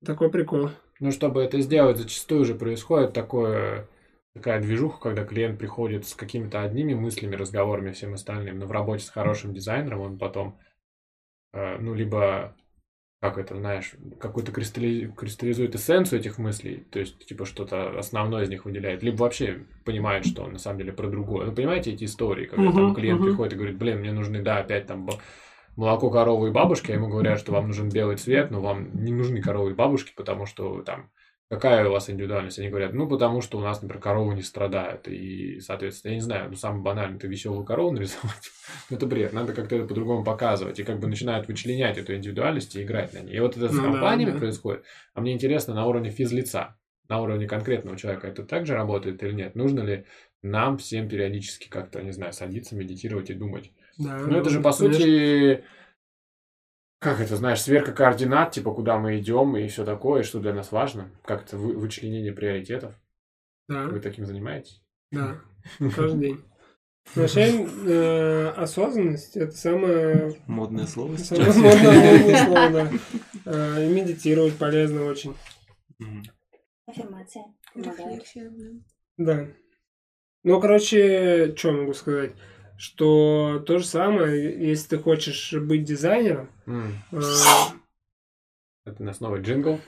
такой прикол. Ну, чтобы это сделать, зачастую же происходит такое, такая движуха, когда клиент приходит с какими-то одними мыслями, разговорами, всем остальным, но в работе с хорошим дизайнером он потом, э, ну, либо, как это, знаешь, какую-то кристалли... кристаллизует эссенцию этих мыслей, то есть, типа, что-то основное из них выделяет, либо вообще понимает, что он на самом деле про другое. Ну, понимаете эти истории, когда uh-huh, там клиент uh-huh. приходит и говорит, блин, мне нужны, да, опять там молоко коровы и бабушки, а ему говорят, что вам нужен белый цвет, но вам не нужны коровы и бабушки, потому что там какая у вас индивидуальность? Они говорят, ну, потому что у нас, например, коровы не страдают. И, соответственно, я не знаю, ну, самое банальное, ты веселую корову нарисовать. Это бред. Надо как-то это по-другому показывать. И как бы начинают вычленять эту индивидуальность и играть на ней. И вот это с ну, компаниями да, да. происходит. А мне интересно на уровне физлица, на уровне конкретного человека. Это также работает или нет? Нужно ли нам всем периодически как-то, не знаю, садиться, медитировать и думать? Да, ну, это же, по конечно. сути... Как это, знаешь, сверка координат, типа, куда мы идем и все такое, что для нас важно? Как это вы, вычленение приоритетов? Да. Вы таким занимаетесь? Да, каждый день. Вообще, э, осознанность – это самое... Модное слово сейчас. Самое модное слово, да. Э, медитировать полезно очень. Аффирмация. Рефлексия, да. Ну, короче, что могу сказать? Что то же самое, если ты хочешь быть дизайнером. Mm. Э... Это у нас новый джингл.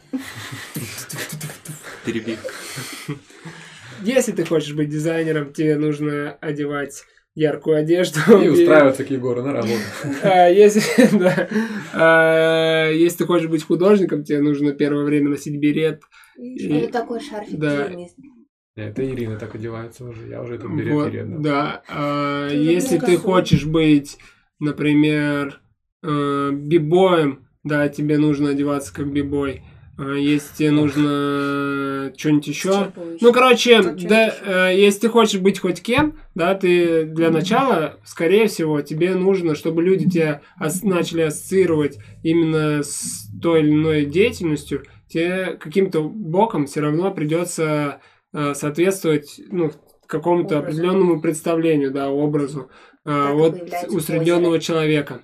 Перебив. Если ты хочешь быть дизайнером, тебе нужно одевать яркую одежду. И устраиваться к Егору на работу. Если ты хочешь быть художником, тебе нужно первое время носить берет. И такой шарфик. Это Ирина так одевается уже, я уже этот берет вот, Ирина. Да, а, если ты хочешь быть, например, э, бибоем, да, тебе нужно одеваться как бибой. А если тебе нужно что-нибудь еще... Ну, короче, да, э, если ты хочешь быть хоть кем, да, ты для начала, скорее всего, тебе нужно, чтобы люди тебя ас- начали ассоциировать именно с той или иной деятельностью, тебе каким-то боком все равно придется... соответствовать ну, какому-то образу. Определенному представлению, да, образу э, вот усредненного озеро. Человека.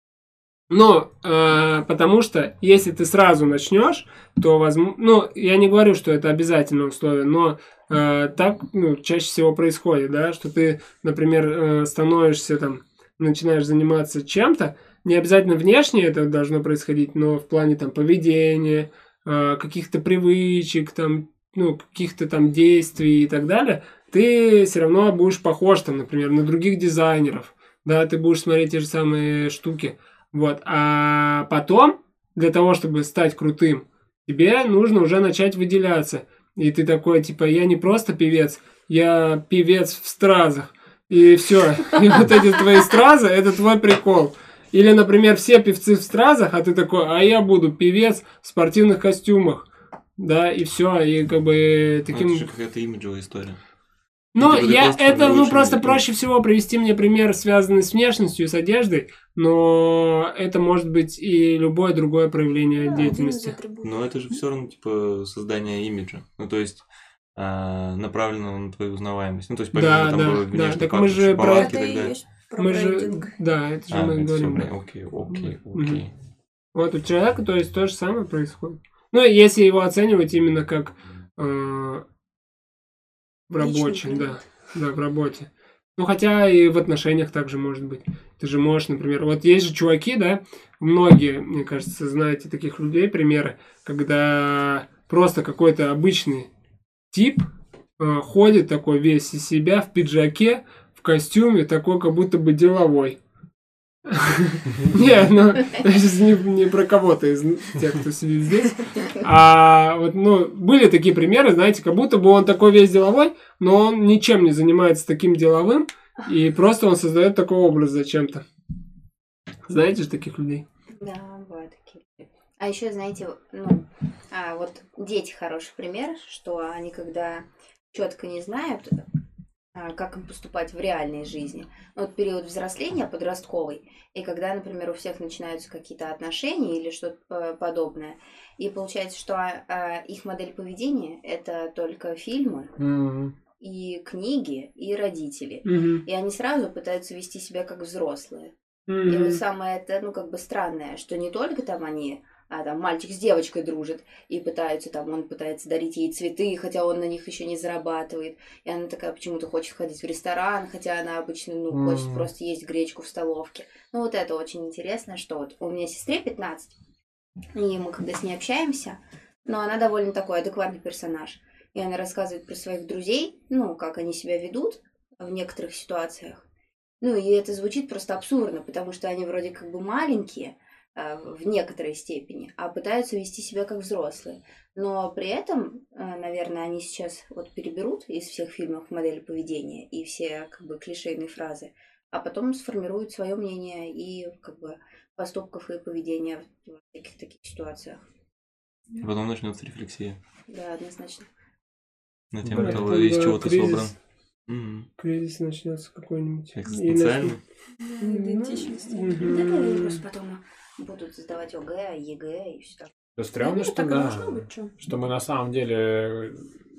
Но э, потому что если ты сразу начнешь, то возможно, ну, я не говорю, что это обязательное условие, но э, так ну, чаще всего происходит, да, что ты, например, э, становишься там, начинаешь заниматься чем-то, не обязательно внешне это должно происходить, но в плане там поведения, э, каких-то привычек, там, ну, каких-то там действий и так далее, ты все равно будешь похож, там, например, на других дизайнеров, да, ты будешь смотреть те же самые штуки, вот, а потом, для того, чтобы стать крутым, тебе нужно уже начать выделяться, и ты такой, типа, я не просто певец, я певец в стразах, и все, и вот эти твои стразы, это твой прикол. Или, например, все певцы в стразах, а ты такой, а я буду певец в спортивных костюмах. Да, и все, и как бы таким... Это же какая-то имиджевая история. Ну, я это, ну, просто проще всего привести мне пример, связанный с внешностью и с одеждой, но это может быть и любое другое проявление да, деятельности. Но это же все равно, типа, создание имиджа. Ну, то есть, а, направлено на твою узнаваемость. Ну, то есть, помимо да, там да, было да, так мы же про это и есть. Мы же, да, это же а, мы это говорим. Все, окей, окей, окей. Вот у человека, то есть, то же самое происходит. Ну, если его оценивать именно как э, в рабочем, да, да, в работе. Ну, хотя и в отношениях также может быть. Ты же можешь, например, вот есть же чуваки, да, многие, мне кажется, знаете таких людей, примеры, когда просто какой-то обычный тип э, ходит такой весь из себя в пиджаке, в костюме, такой как будто бы деловой. Не, ну, я сейчас не про кого-то из тех, кто сидит здесь. А вот, ну, были такие примеры, знаете, как будто бы он такой весь деловой, но он ничем не занимается таким деловым, и просто он создает такой образ зачем-то. Знаете же таких людей? Да, бывают такие. А еще, знаете, ну, а вот дети хороший пример, что они когда четко не знают, как им поступать в реальной жизни. Вот период взросления подростковый, и когда, например, у всех начинаются какие-то отношения или что-то подобное, и получается, что а, их модель поведения — это только фильмы, mm-hmm. и книги, и родители. Mm-hmm. И они сразу пытаются вести себя как взрослые. Mm-hmm. И вот самое это, ну, как бы странное, что не только там они а там мальчик с девочкой дружит, и пытаются там, он пытается дарить ей цветы, хотя он на них еще не зарабатывает. И она такая почему-то хочет ходить в ресторан, хотя она обычно, ну, Mm. хочет просто есть гречку в столовке. Ну, вот это очень интересно, что вот у меня сестре пятнадцать, и мы когда с ней общаемся, но она довольно такой адекватный персонаж. И она рассказывает про своих друзей, ну, как они себя ведут в некоторых ситуациях. Ну, и это звучит просто абсурдно, потому что они вроде как бы маленькие, в некоторой степени, а пытаются вести себя как взрослые. Но при этом, наверное, они сейчас вот переберут из всех фильмов модели поведения и все как бы клишейные фразы, а потом сформируют свое мнение и как бы поступков и поведения в таких таких ситуациях. Потом начнется рефлексия. Да, однозначно. На тему Да, того, потом, из да, чего ты кризис. собран. Мгм. Кризис начнется какой-нибудь. И Экзистенциальный. начнет- Идентичности. Мгм. Да, да, просто потом будут сдавать ОГЭ, ЕГЭ и все такое. Да стрёмно, Ну, что так и да. должно быть, чё. Что мы на самом деле...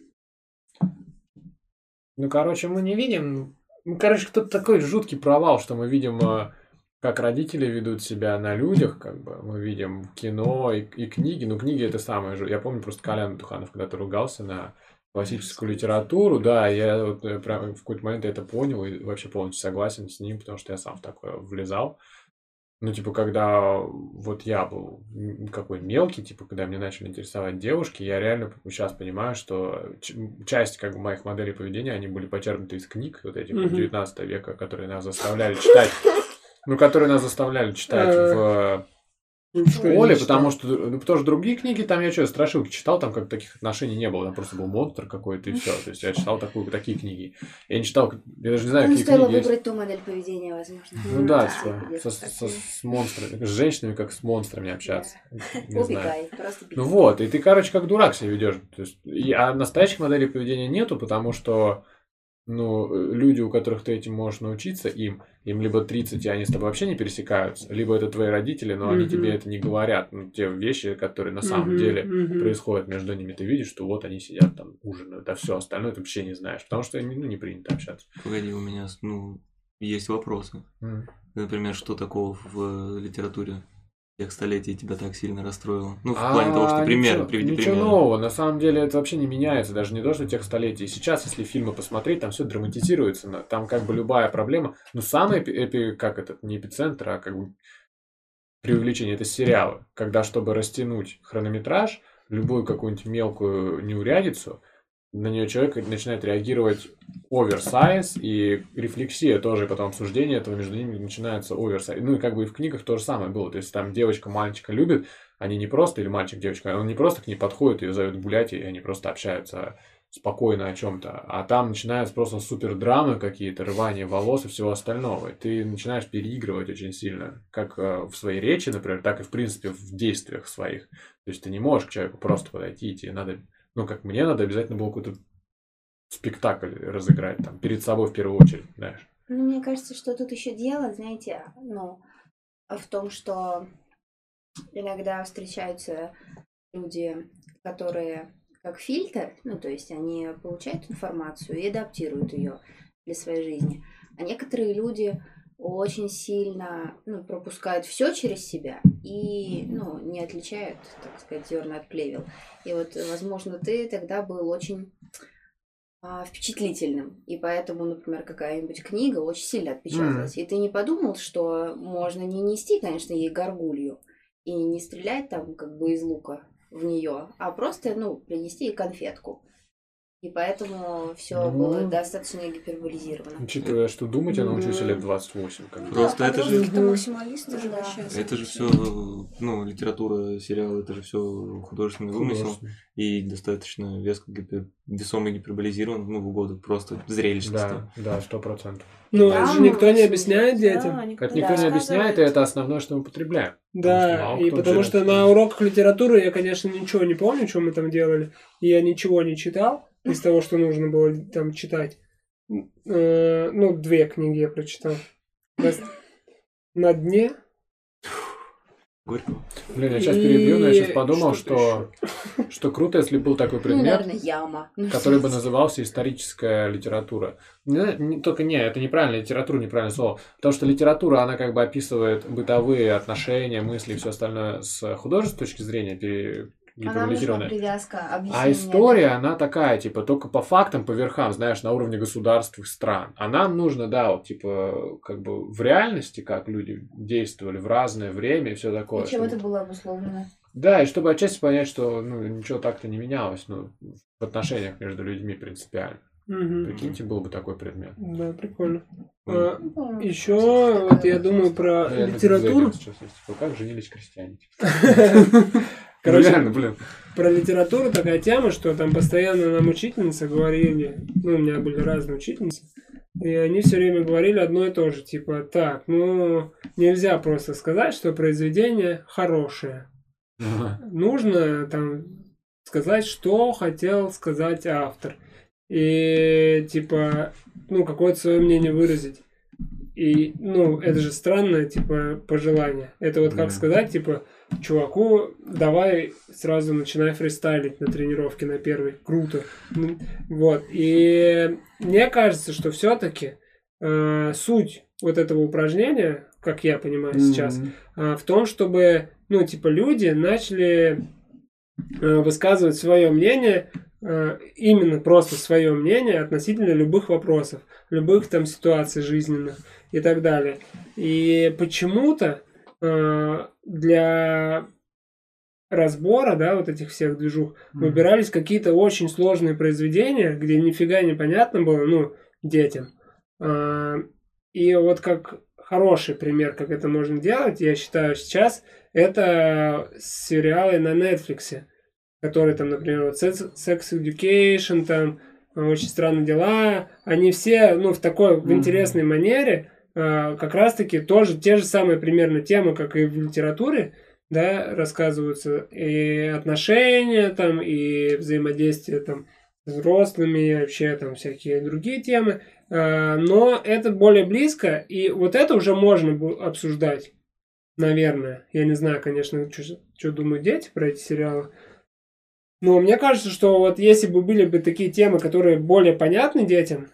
Ну, короче, мы не видим... Ну, короче, кто-то такой жуткий провал, что мы видим, э, как родители ведут себя на людях, как бы. Мы видим кино и, и книги. Ну, книги это самое же. Я помню, просто Колян Туханов когда-то ругался на классическую литературу. Да, я вот э, прям в какой-то момент это понял и вообще полностью согласен с ним, потому что я сам в такое влезал. Ну, типа, когда вот я был м, какой мелкий, типа, когда мне начали интересовать девушки, я реально сейчас понимаю, что ч- часть, как бы, моих моделей поведения, они были почерпнуты из книг вот этих Мгм. девятнадцатого века, которые нас заставляли читать, ну, которые нас заставляли читать в Ничего в я не школе, читал. потому что, ну, потому что другие книги, там я что, страшилки читал, там как таких отношений не было, там просто был монстр какой-то и все. То есть я читал такую, такие книги. Я не читал, я даже не знаю, Ну, какие стоило книги есть. выбрать ту модель поведения, возможно. Ну да, Да, типа, где-то со, так. со- с монстрами, с женщинами, как с монстрами общаться. Не знаю. Убегай, просто беги. Ну вот, и ты, короче, как дурак себя ведешь. То есть, и- а настоящих моделей поведения нету, потому что, ну, люди, у которых ты этим можешь научиться, им, им либо тридцать, и они с тобой вообще не пересекаются, либо это твои родители, но они Мгм. тебе это не говорят. Ну, те вещи, которые на самом Мгм, деле мгм. происходят между ними, ты видишь, что вот они сидят там, ужинают, а все остальное ты вообще не знаешь, потому что ну, не принято общаться. Погоди, у меня, ну, есть вопросы. М. Например, что такого в литературе тех столетий тебя так сильно расстроило? Ну, в А, плане того, что пример, ничего, приведи ничего пример. нового. На самом деле это вообще не меняется, даже не то, что тех столетий. И сейчас, если фильмы посмотреть, там все драматизируется. на- Там как бы любая проблема. Ну, самый эпи, эпи- как этот, не эпицентр, а как бы преувеличение, это сериалы. Когда, чтобы растянуть хронометраж, любую какую-нибудь мелкую неурядицу, на нее человек начинает реагировать оверсайз, и рефлексия тоже, и потом обсуждение этого между ними начинается оверсайз. Ну и как бы и в книгах то же самое было. То есть там девочка мальчика любит, они не просто, или мальчик девочка, он не просто к ней подходит, ее зовет гулять, и они просто общаются спокойно о чем-то. А там начинаются просто супер драмы какие-то, рвание волос и всего остального. И ты начинаешь переигрывать очень сильно, как э, в своей речи, например, так и в принципе в действиях своих. То есть ты не можешь к человеку просто подойти, и тебе надо, ну как мне надо обязательно было какой-то спектакль разыграть там перед собой в первую очередь, знаешь. Ну, мне кажется, что тут еще дело, знаете, ну, в том, что иногда встречаются люди, которые как фильтр, ну, то есть они получают информацию и адаптируют ее для своей жизни. А некоторые люди очень сильно, ну, пропускают все через себя и, ну, не отличают, так сказать, зерна от плевел. И вот, возможно, ты тогда был очень а, впечатлительным. И поэтому, например, какая-нибудь книга очень сильно отпечаталась. И ты не подумал, что можно не нести, конечно, ей горгулью и не стрелять там как бы из лука в нее, а просто, ну, принести ей конфетку. И поэтому все Ну. было достаточно гиперболизировано. Учитывая, что думать я Ну научился да. лет двадцать восемь. Как бы. Просто это же- подростки-то Мгм. максималисты же Да. вообще. Это же все, ну, литература, сериал, это же все художественный вымысел Художественно. и достаточно веско, гипер, весомо гиперболизирован, ну, в угоду просто зрелищности. Да, да, сто процентов. Ну, Там это же никто не очень- объясняет детям. Это никто не объясняет, и это основное, что мы потребляем. Потому что Да, мало и кто потому живет. что на уроках литературы я, конечно, ничего не помню, что мы там делали. И я ничего не читал из того, что нужно было там читать. Э, Ну, две книги я прочитал. Рас- На дне. Горького. Блин, я сейчас перебью, но я сейчас И подумал, что-то что, что круто, если был такой Ну, предмет, наверное, яма. Ну, который бы назывался историческая литература. Не, не- только не, это неправильно, литература неправильное слово. Потому что литература, она как бы описывает бытовые отношения, мысли и все остальное с художественной точки зрения, пере- А нам нужна гиперболизированная. привязка, А объяснение. история, она такая, типа, только по фактам, по верхам, знаешь, на уровне государств и стран. А нам нужно, да, вот, типа, как бы в реальности, как люди действовали в разное время и все Да? такое. И чем чтобы- это было обусловлено? Да, и чтобы отчасти понять, что, ну, ничего так-то не менялось, ну, в отношениях между людьми принципиально. Мгм. Прикиньте, был бы такой предмет. Да, прикольно. Мгм. А, Ну, по-моему, еще просто вот я такая думаю просто- про Ну, я на литературу. Гугле сейчас есть. Типа, как женились крестьяне. Ну, Короче, реально, блин. про литературу такая тема, что там постоянно нам учительницы говорили, ну, у меня были разные учительницы, и они все время говорили одно и то же, типа, так, ну, нельзя просто сказать, что произведение хорошее. Ага. Нужно там сказать, что хотел сказать автор. И, типа, ну, какое-то свое мнение выразить. И, ну, это же странное, типа, пожелание. Это вот как Да. сказать, типа, чуваку, давай сразу начинай фристайлить на тренировке на первой. Круто. Ну, вот. И мне кажется, что все-таки суть вот этого упражнения, как я понимаю сейчас, Мгм. а, в том, чтобы, ну, типа, люди начали э, высказывать свое мнение, э, именно просто свое мнение относительно любых вопросов, любых там ситуаций жизненных и так далее. И почему-то э, для разбора, да, вот этих всех движух, Мгм. выбирались какие-то очень сложные произведения, где нифига не понятно было, ну, детям. А, И вот как хороший пример, как это можно делать, я считаю, сейчас, это сериалы на Netflix, которые там, например, вот Sex Sex Education, там, Очень странные дела, они все, ну, в такой, в Мгм. интересной манере, а, как раз-таки тоже те же самые примерно темы, как и в литературе, да, рассказываются, и отношения там, и взаимодействие там с взрослыми, и вообще там всякие другие темы, а, но это более близко, и вот это уже можно бу- обсуждать, наверное. Я не знаю, конечно, что думают дети про эти сериалы. Но мне кажется, что вот если бы были бы такие темы, которые более понятны детям,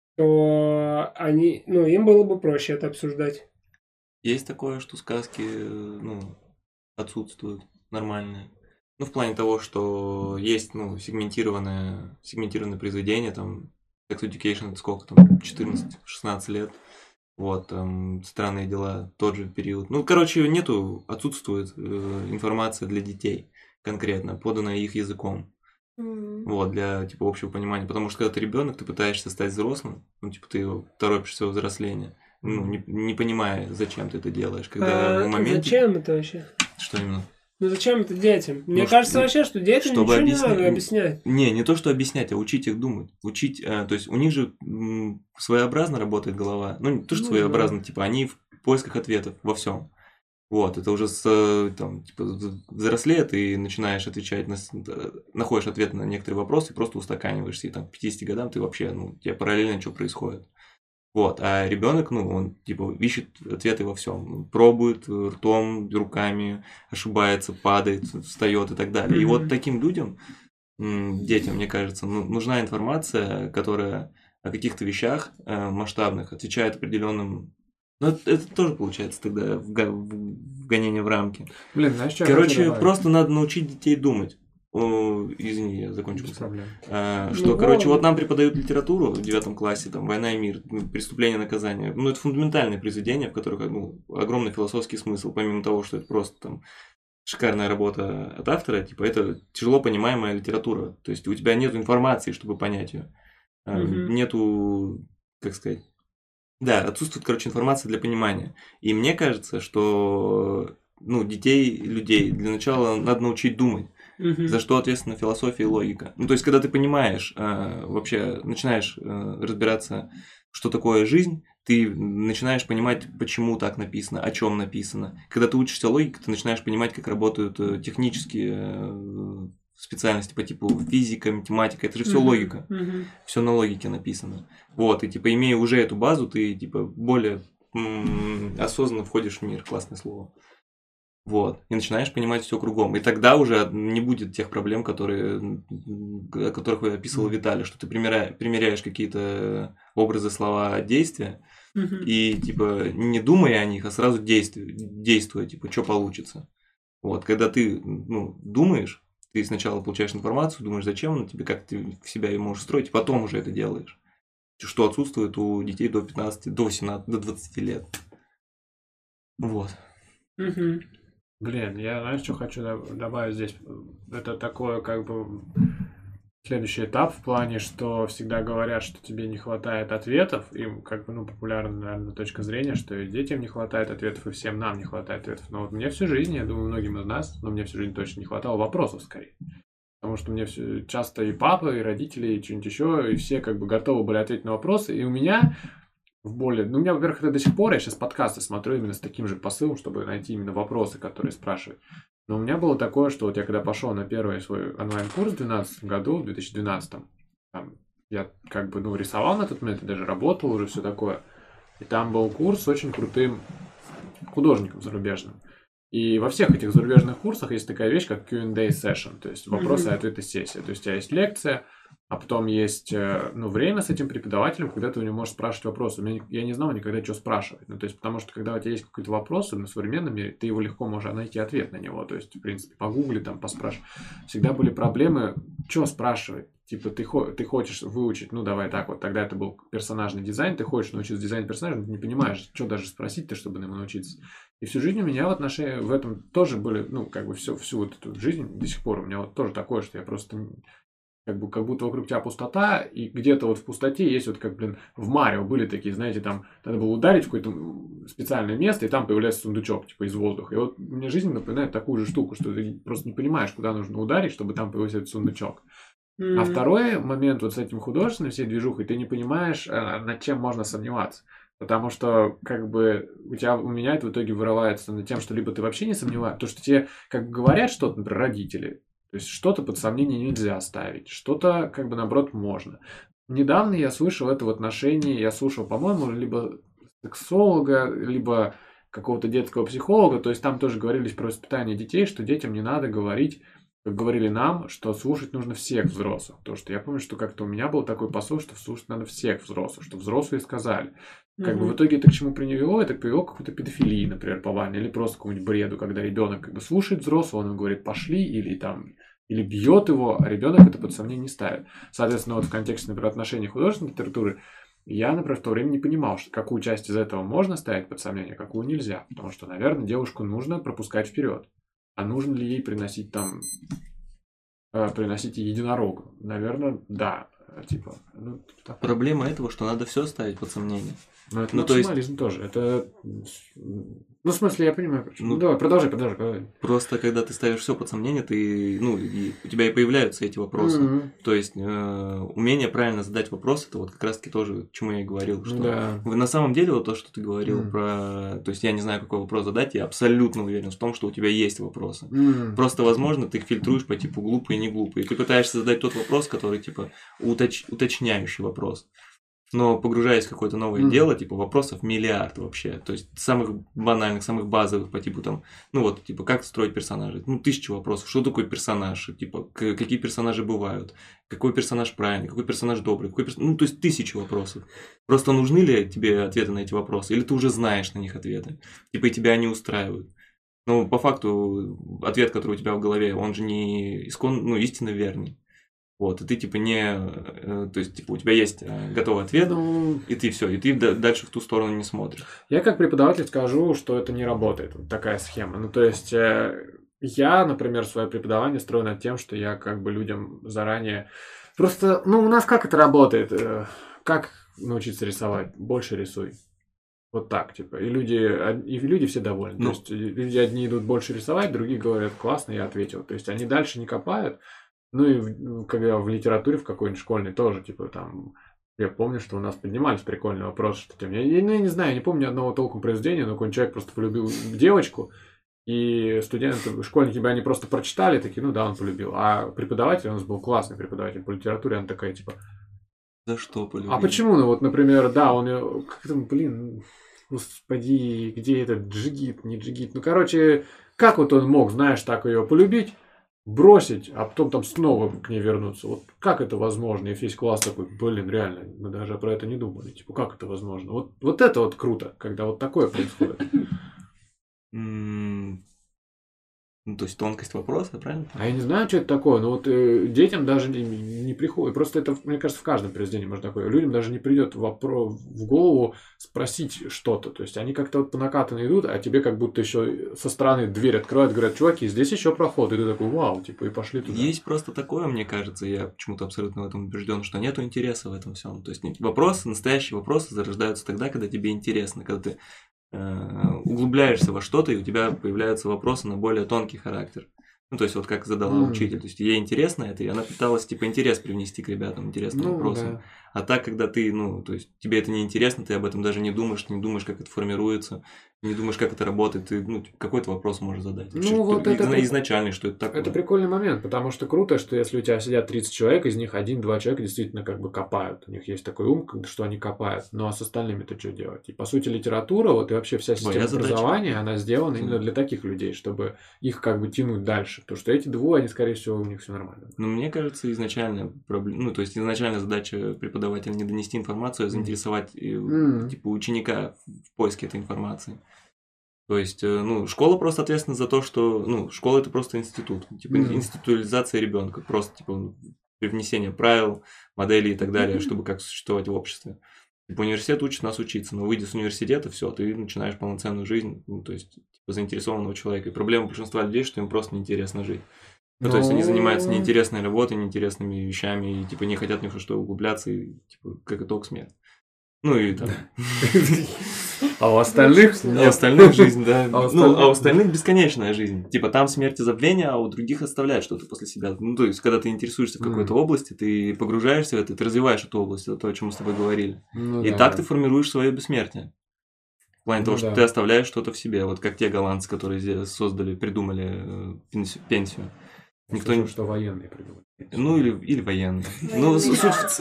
то они, ну, им было бы проще это обсуждать. Есть такое, что сказки, э, ну, отсутствуют нормальные. Ну, в плане того, что есть, ну, сегментированное, сегментированное произведение, там, Sex Education, это сколько там, четырнадцать-шестнадцать лет. Вот, там, странные дела, тот же период. Ну, короче, нету, отсутствует э, информация для детей конкретно, поданная их языком. Мгм. Вот, для, типа, общего понимания. Потому что, когда ты ребенок, ты пытаешься стать взрослым, ну, типа, ты торопишься во взросление, ну, не, не понимая, зачем ты это делаешь. Когда А в моменте... зачем это вообще? Что именно? Ну зачем это детям? Мне Ну, кажется ш- вообще, что детям чтобы ничего не объяснить- надо объяснять. Не, не то, что объяснять, а учить их думать. Учить, э, то есть у них же м, своеобразно работает голова. Ну, не то, что Ну, своеобразно, типа, они в поисках ответов во всем. Вот, это уже с, э, там, типа, взрослее, ты начинаешь отвечать, на, с- э, находишь ответ на некоторые вопросы, просто устаканиваешься, и там к пятидесяти годам ты вообще, ну, у тебя параллельно что происходит. Вот, а ребенок, ну, он, типа, ищет ответы во всем, пробует э, ртом, руками, ошибается, падает, встает и так далее. И Мгм. вот таким людям, м, детям, мне кажется, ну, нужна информация, которая о каких-то вещах э, масштабных отвечает определенным. Ну, это, это тоже получается тогда вга- в- вгонение в рамки. Блин, знаешь, что я хочу Короче, добавить? просто надо научить детей думать. О, извини, я закончил. Без проблем. А, Ну, Что, короче, ладно. вот нам преподают литературу в девятом классе, там, «Война и мир», ну, «Преступление и наказание». Ну, это фундаментальные произведения, в которых, ну, огромный философский смысл, помимо того, что это просто там шикарная работа от автора, типа, это тяжело понимаемая литература. То есть у тебя нет информации, чтобы понять ее. Мгм. Нету, как сказать... Да, отсутствует, короче, информация для понимания. И мне кажется, что, ну, детей, людей для начала надо научить думать. Мгм. За что ответственна философия и логика. Ну, то есть, когда ты понимаешь, э, вообще начинаешь э, разбираться, что такое жизнь, ты начинаешь понимать, почему так написано, о чем написано. Когда ты учишься логике, ты начинаешь понимать, как работают э, технические э, специальности по типу физика, математика. Это же все Мгм. логика. Мгм. Все на логике написано. Вот, и типа, имея уже эту базу, ты типа более м, осознанно входишь в мир. Классное слово. Вот. И начинаешь понимать все кругом. И тогда уже не будет тех проблем, которые, о которых описывал Виталий, что ты примеряешь, примеряешь какие-то образы, слова, действия, и типа не думая о них, а сразу действуй, действуя, типа, что получится. Вот. Когда ты ну, думаешь, ты сначала получаешь информацию, думаешь, зачем она тебе, как ты в себя ее можешь строить, и потом уже это делаешь. Что отсутствует у детей до пятнадцати, до восемнадцати, до двадцати лет. Вот. Блин, я, знаешь, что хочу добавить здесь? Это такое, как бы, следующий этап в плане, что всегда говорят, что тебе не хватает ответов, и, как бы, ну, популярная, наверное, точка зрения, что и детям не хватает ответов, и всем нам не хватает ответов. Но вот мне всю жизнь, я думаю, многим из нас, но мне всю жизнь точно не хватало вопросов, скорее. Потому что мне все, часто и папа, и родители, и что-нибудь еще, и все, как бы, готовы были ответить на вопросы, и у меня... В более... Ну, у меня, во-первых, это до сих пор, я сейчас подкасты смотрю именно с таким же посылом, чтобы найти именно вопросы, которые спрашивают. Но у меня было такое, что вот я когда пошел на первый свой онлайн-курс в две тысячи двенадцатом году, в две тысячи двенадцатом, там, я как бы, ну, рисовал на тот момент, я даже работал уже, все такое. И там был курс с очень крутым художником зарубежным. И во всех этих зарубежных курсах есть такая вещь, как кью энд эй session, то есть вопросы и ответы сессия. То есть у тебя есть лекция, а потом есть ну, время с этим преподавателем, когда ты у него можешь спрашивать вопросы. Я не знал никогда, что спрашивать. Ну, то есть, потому что, когда у тебя есть какой-то вопрос, на современном мире, ты его легко можешь найти ответ на него. То есть, в принципе, погугли, там, поспрашивать. Всегда были проблемы, что спрашивать. Типа, ты, ты хочешь выучить, ну, давай так вот, тогда это был персонажный дизайн, ты хочешь научиться дизайну персонажа, но ты не понимаешь, что даже спросить-то, чтобы на ему научиться. И всю жизнь у меня в отношении, в этом тоже были, ну, как бы все, всю вот эту жизнь до сих пор у меня вот тоже такое, что я просто... Как бы, как будто вокруг тебя пустота, и где-то вот в пустоте есть вот как, блин, в Марио были такие, знаете, там надо было ударить в какое-то специальное место, и там появляется сундучок, типа, из воздуха. И вот мне жизнь напоминает такую же штуку, что ты просто не понимаешь, куда нужно ударить, чтобы там появился этот сундучок. Mm-hmm. А второй момент вот с этим художественной всей движухой, ты не понимаешь, над чем можно сомневаться. Потому что, как бы, у тебя, у меня это в итоге вырывается над тем, что либо ты вообще не сомневаешься, то, что тебе, как бы, говорят что-то, например, родители, то есть что-то под сомнение нельзя ставить, что-то, как бы, наоборот, можно. Недавно я слышал это в отношении, я слушал, по-моему, либо сексолога, либо какого-то детского психолога, то есть там тоже говорились про воспитание детей, что детям не надо говорить, как говорили нам, что слушать нужно всех взрослых. Потому что я помню, что как-то у меня был такой посыл, что слушать надо всех взрослых, что взрослые сказали. Как mm-hmm. бы в итоге это к чему привело? Это привело к какой-то педофилии, например, повальной, или просто к какому-нибудь бреду, когда ребенок как бы слушает взрослого, он ему говорит «пошли», или там, или бьет его, а ребенок это под сомнение не ставит. Соответственно, вот в контексте, например, отношений художественной литературы, я, например, в то время не понимал, что какую часть из этого можно ставить под сомнение, а какую нельзя. Потому что, наверное, девушку нужно пропускать вперед. А нужно ли ей приносить там, э, приносить единорога? Наверное, да. Типа, ну, так. Проблема этого, что надо все ставить под сомнение. Но это ну, максимализм то есть... тоже. Это... Ну, в смысле, я понимаю. Ну, давай, продолжай, продолжай, продолжай. Просто, когда ты ставишь все под сомнение, ты, ну, и у тебя и появляются эти вопросы. Mm-hmm. То есть, э, умение правильно задать вопрос, это вот как раз-таки тоже, чему я и говорил, что да. на самом деле вот то, что ты говорил mm-hmm. про... То есть, я не знаю, какой вопрос задать, я абсолютно уверен в том, что у тебя есть вопросы. Mm-hmm. Просто, возможно, ты их фильтруешь по типу глупый и не глупый. И ты пытаешься задать тот вопрос, который, типа, уточ... уточняющий вопрос. Но погружаясь в какое-то новое mm. дело, типа, вопросов миллиард вообще. То есть, самых банальных, самых базовых по типу там, ну вот, типа, как строить персонажей? Ну, тысяча вопросов. Что такое персонаж? Типа, к- какие персонажи бывают? Какой персонаж правильный? Какой персонаж добрый? Какой перс... Ну, то есть, тысяча вопросов. Просто нужны ли тебе ответы на эти вопросы? Или ты уже знаешь на них ответы? Типа, и тебя они устраивают. Ну, по факту, ответ, который у тебя в голове, он же не искон, ну, истинно верный. Вот, и ты типа не, то есть типа у тебя есть готовый ответ, ну, и ты все, и ты дальше в ту сторону не смотришь. Я как преподаватель скажу, что это не работает, вот такая схема. Ну, то есть я, например, свое преподавание строю над тем, что я как бы людям заранее... Просто, ну, у нас как это работает? Как научиться рисовать? Больше рисуй. Вот так, типа. И люди, и люди все довольны. Ну. То есть люди одни идут больше рисовать, другие говорят, классно, я ответил. То есть они дальше не копают. Ну и когда в литературе в какой-нибудь школьной тоже, типа там, я помню, что у нас поднимались прикольные вопросы, что тем, я, ну, я не знаю, я не помню ни одного толком произведения, но какой-нибудь человек просто полюбил девочку, и студенты, школьники бы они просто прочитали, такие, ну да, он полюбил. А преподаватель, у нас был классный преподаватель по литературе, она такая, типа... За что полюбил? А почему? Ну вот, например, да, он, как там, блин... господи, где этот джигит, не джигит. Ну, короче, как вот он мог, знаешь, так ее полюбить, бросить, а потом там снова к ней вернуться? Вот как это возможно? И весь класс такой, блин, реально, мы даже про это не думали. Типа, как это возможно? Вот, вот это вот круто, когда вот такое происходит. Ну, то есть тонкость вопроса, правильно? А я не знаю, что это такое, но вот э, детям даже не, не приходит. Просто это, мне кажется, в каждом произведении можно такое. Людям даже не придет вопро- в голову спросить что-то. То есть они как-то вот по накатанной идут, а тебе как будто еще со стороны дверь открывают, говорят, чуваки, здесь еще проход. И ты такой, вау, типа, и пошли туда. Есть просто такое, мне кажется, я почему-то абсолютно в этом убежден, что нету интереса в этом всем. То есть вопросы, настоящие вопросы зарождаются тогда, когда тебе интересно, когда ты углубляешься во что-то, и у тебя появляются вопросы на более тонкий характер. Ну, то есть, вот как задала mm. учитель. То есть, ей интересно это, и она пыталась, типа, интерес привнести к ребятам, интересным ну, вопросам. Да. А так, когда ты, ну, то есть, тебе это не интересно, ты об этом даже не думаешь, ты не думаешь, как это формируется, не думаешь, как это работает, ты, ну, какой-то вопрос можешь задать. Ну, что, вот это изначальный, что это такое. Это прикольный момент, потому что круто, что если у тебя сидят тридцать человек, из них один-два человека действительно как бы копают. У них есть такой ум, что они копают. Ну, а с остальными-то что делать? И, по сути, литература, вот и вообще вся система образования, задача. Она сделана именно для таких людей, чтобы их как бы тянуть дальше. Потому что эти двое, они, скорее всего, у них все нормально. Ну, мне кажется, изначально проблема, ну, то есть, изначально задача преподавателя не донести информацию, а заинтересовать mm. типа, ученика в поиске этой информации. То есть, ну, школа просто ответственна за то, что, ну, школа это просто институт, типа mm. институализация ребенка, просто типа привнесение правил, моделей и так далее, mm-hmm. чтобы как существовать в обществе. Типа университет учит нас учиться, но выйдя с университета, все, ты начинаешь полноценную жизнь, ну, то есть типа, заинтересованного человека. И проблема большинства людей, что им просто неинтересно жить. Ну, то есть они занимаются неинтересной работой, неинтересными вещами, и типа не хотят ни во что углубляться, и типа как итог смерть. Ну и там. А у остальных? У остальных жизнь, да. Ну, а у остальных бесконечная жизнь. Типа там смерть и забвение, а у других оставляет что-то после себя. Ну, то есть, когда ты интересуешься в какой-то области, ты погружаешься в это, ты развиваешь эту область, это то, о чем мы с тобой говорили. И так ты формируешь свое бессмертие. В плане того, что ты оставляешь что-то в себе. Вот как те голландцы, которые создали, придумали пенсию. Никто не... что военные придумали. Ну, или, или военные. Ну, суть...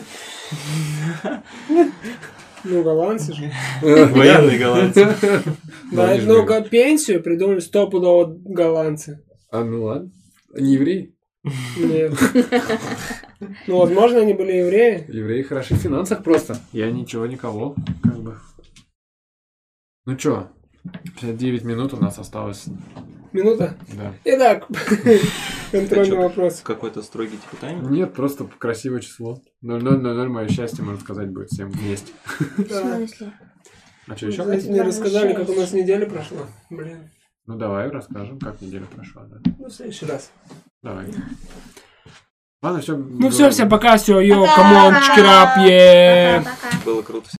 Ну, голландцы же. Военные голландцы. Да, ну, пенсию придумали стопудово голландцы. А, ну ладно. Не евреи? Нет. Ну, возможно, они были евреи. Евреи хороши в финансах просто. Я ничего, никого, как бы. Ну чё, пятьдесят девять минут у нас осталось. Минута? Да. Итак, контрольный вопрос. Какой-то строгий типа таймер? Нет, просто красивое число. ноль ноль ноль ноль, мое счастье, можно сказать, будет всем вместе. В смысле? А что, еще хотите? Мне рассказали, как у нас неделя прошла. Блин. Ну, давай расскажем, как неделя прошла. Да. Ну, в следующий раз. Давай. Ладно, все. Ну все, всем пока, все, йо, камон, чикирап, е. Было круто.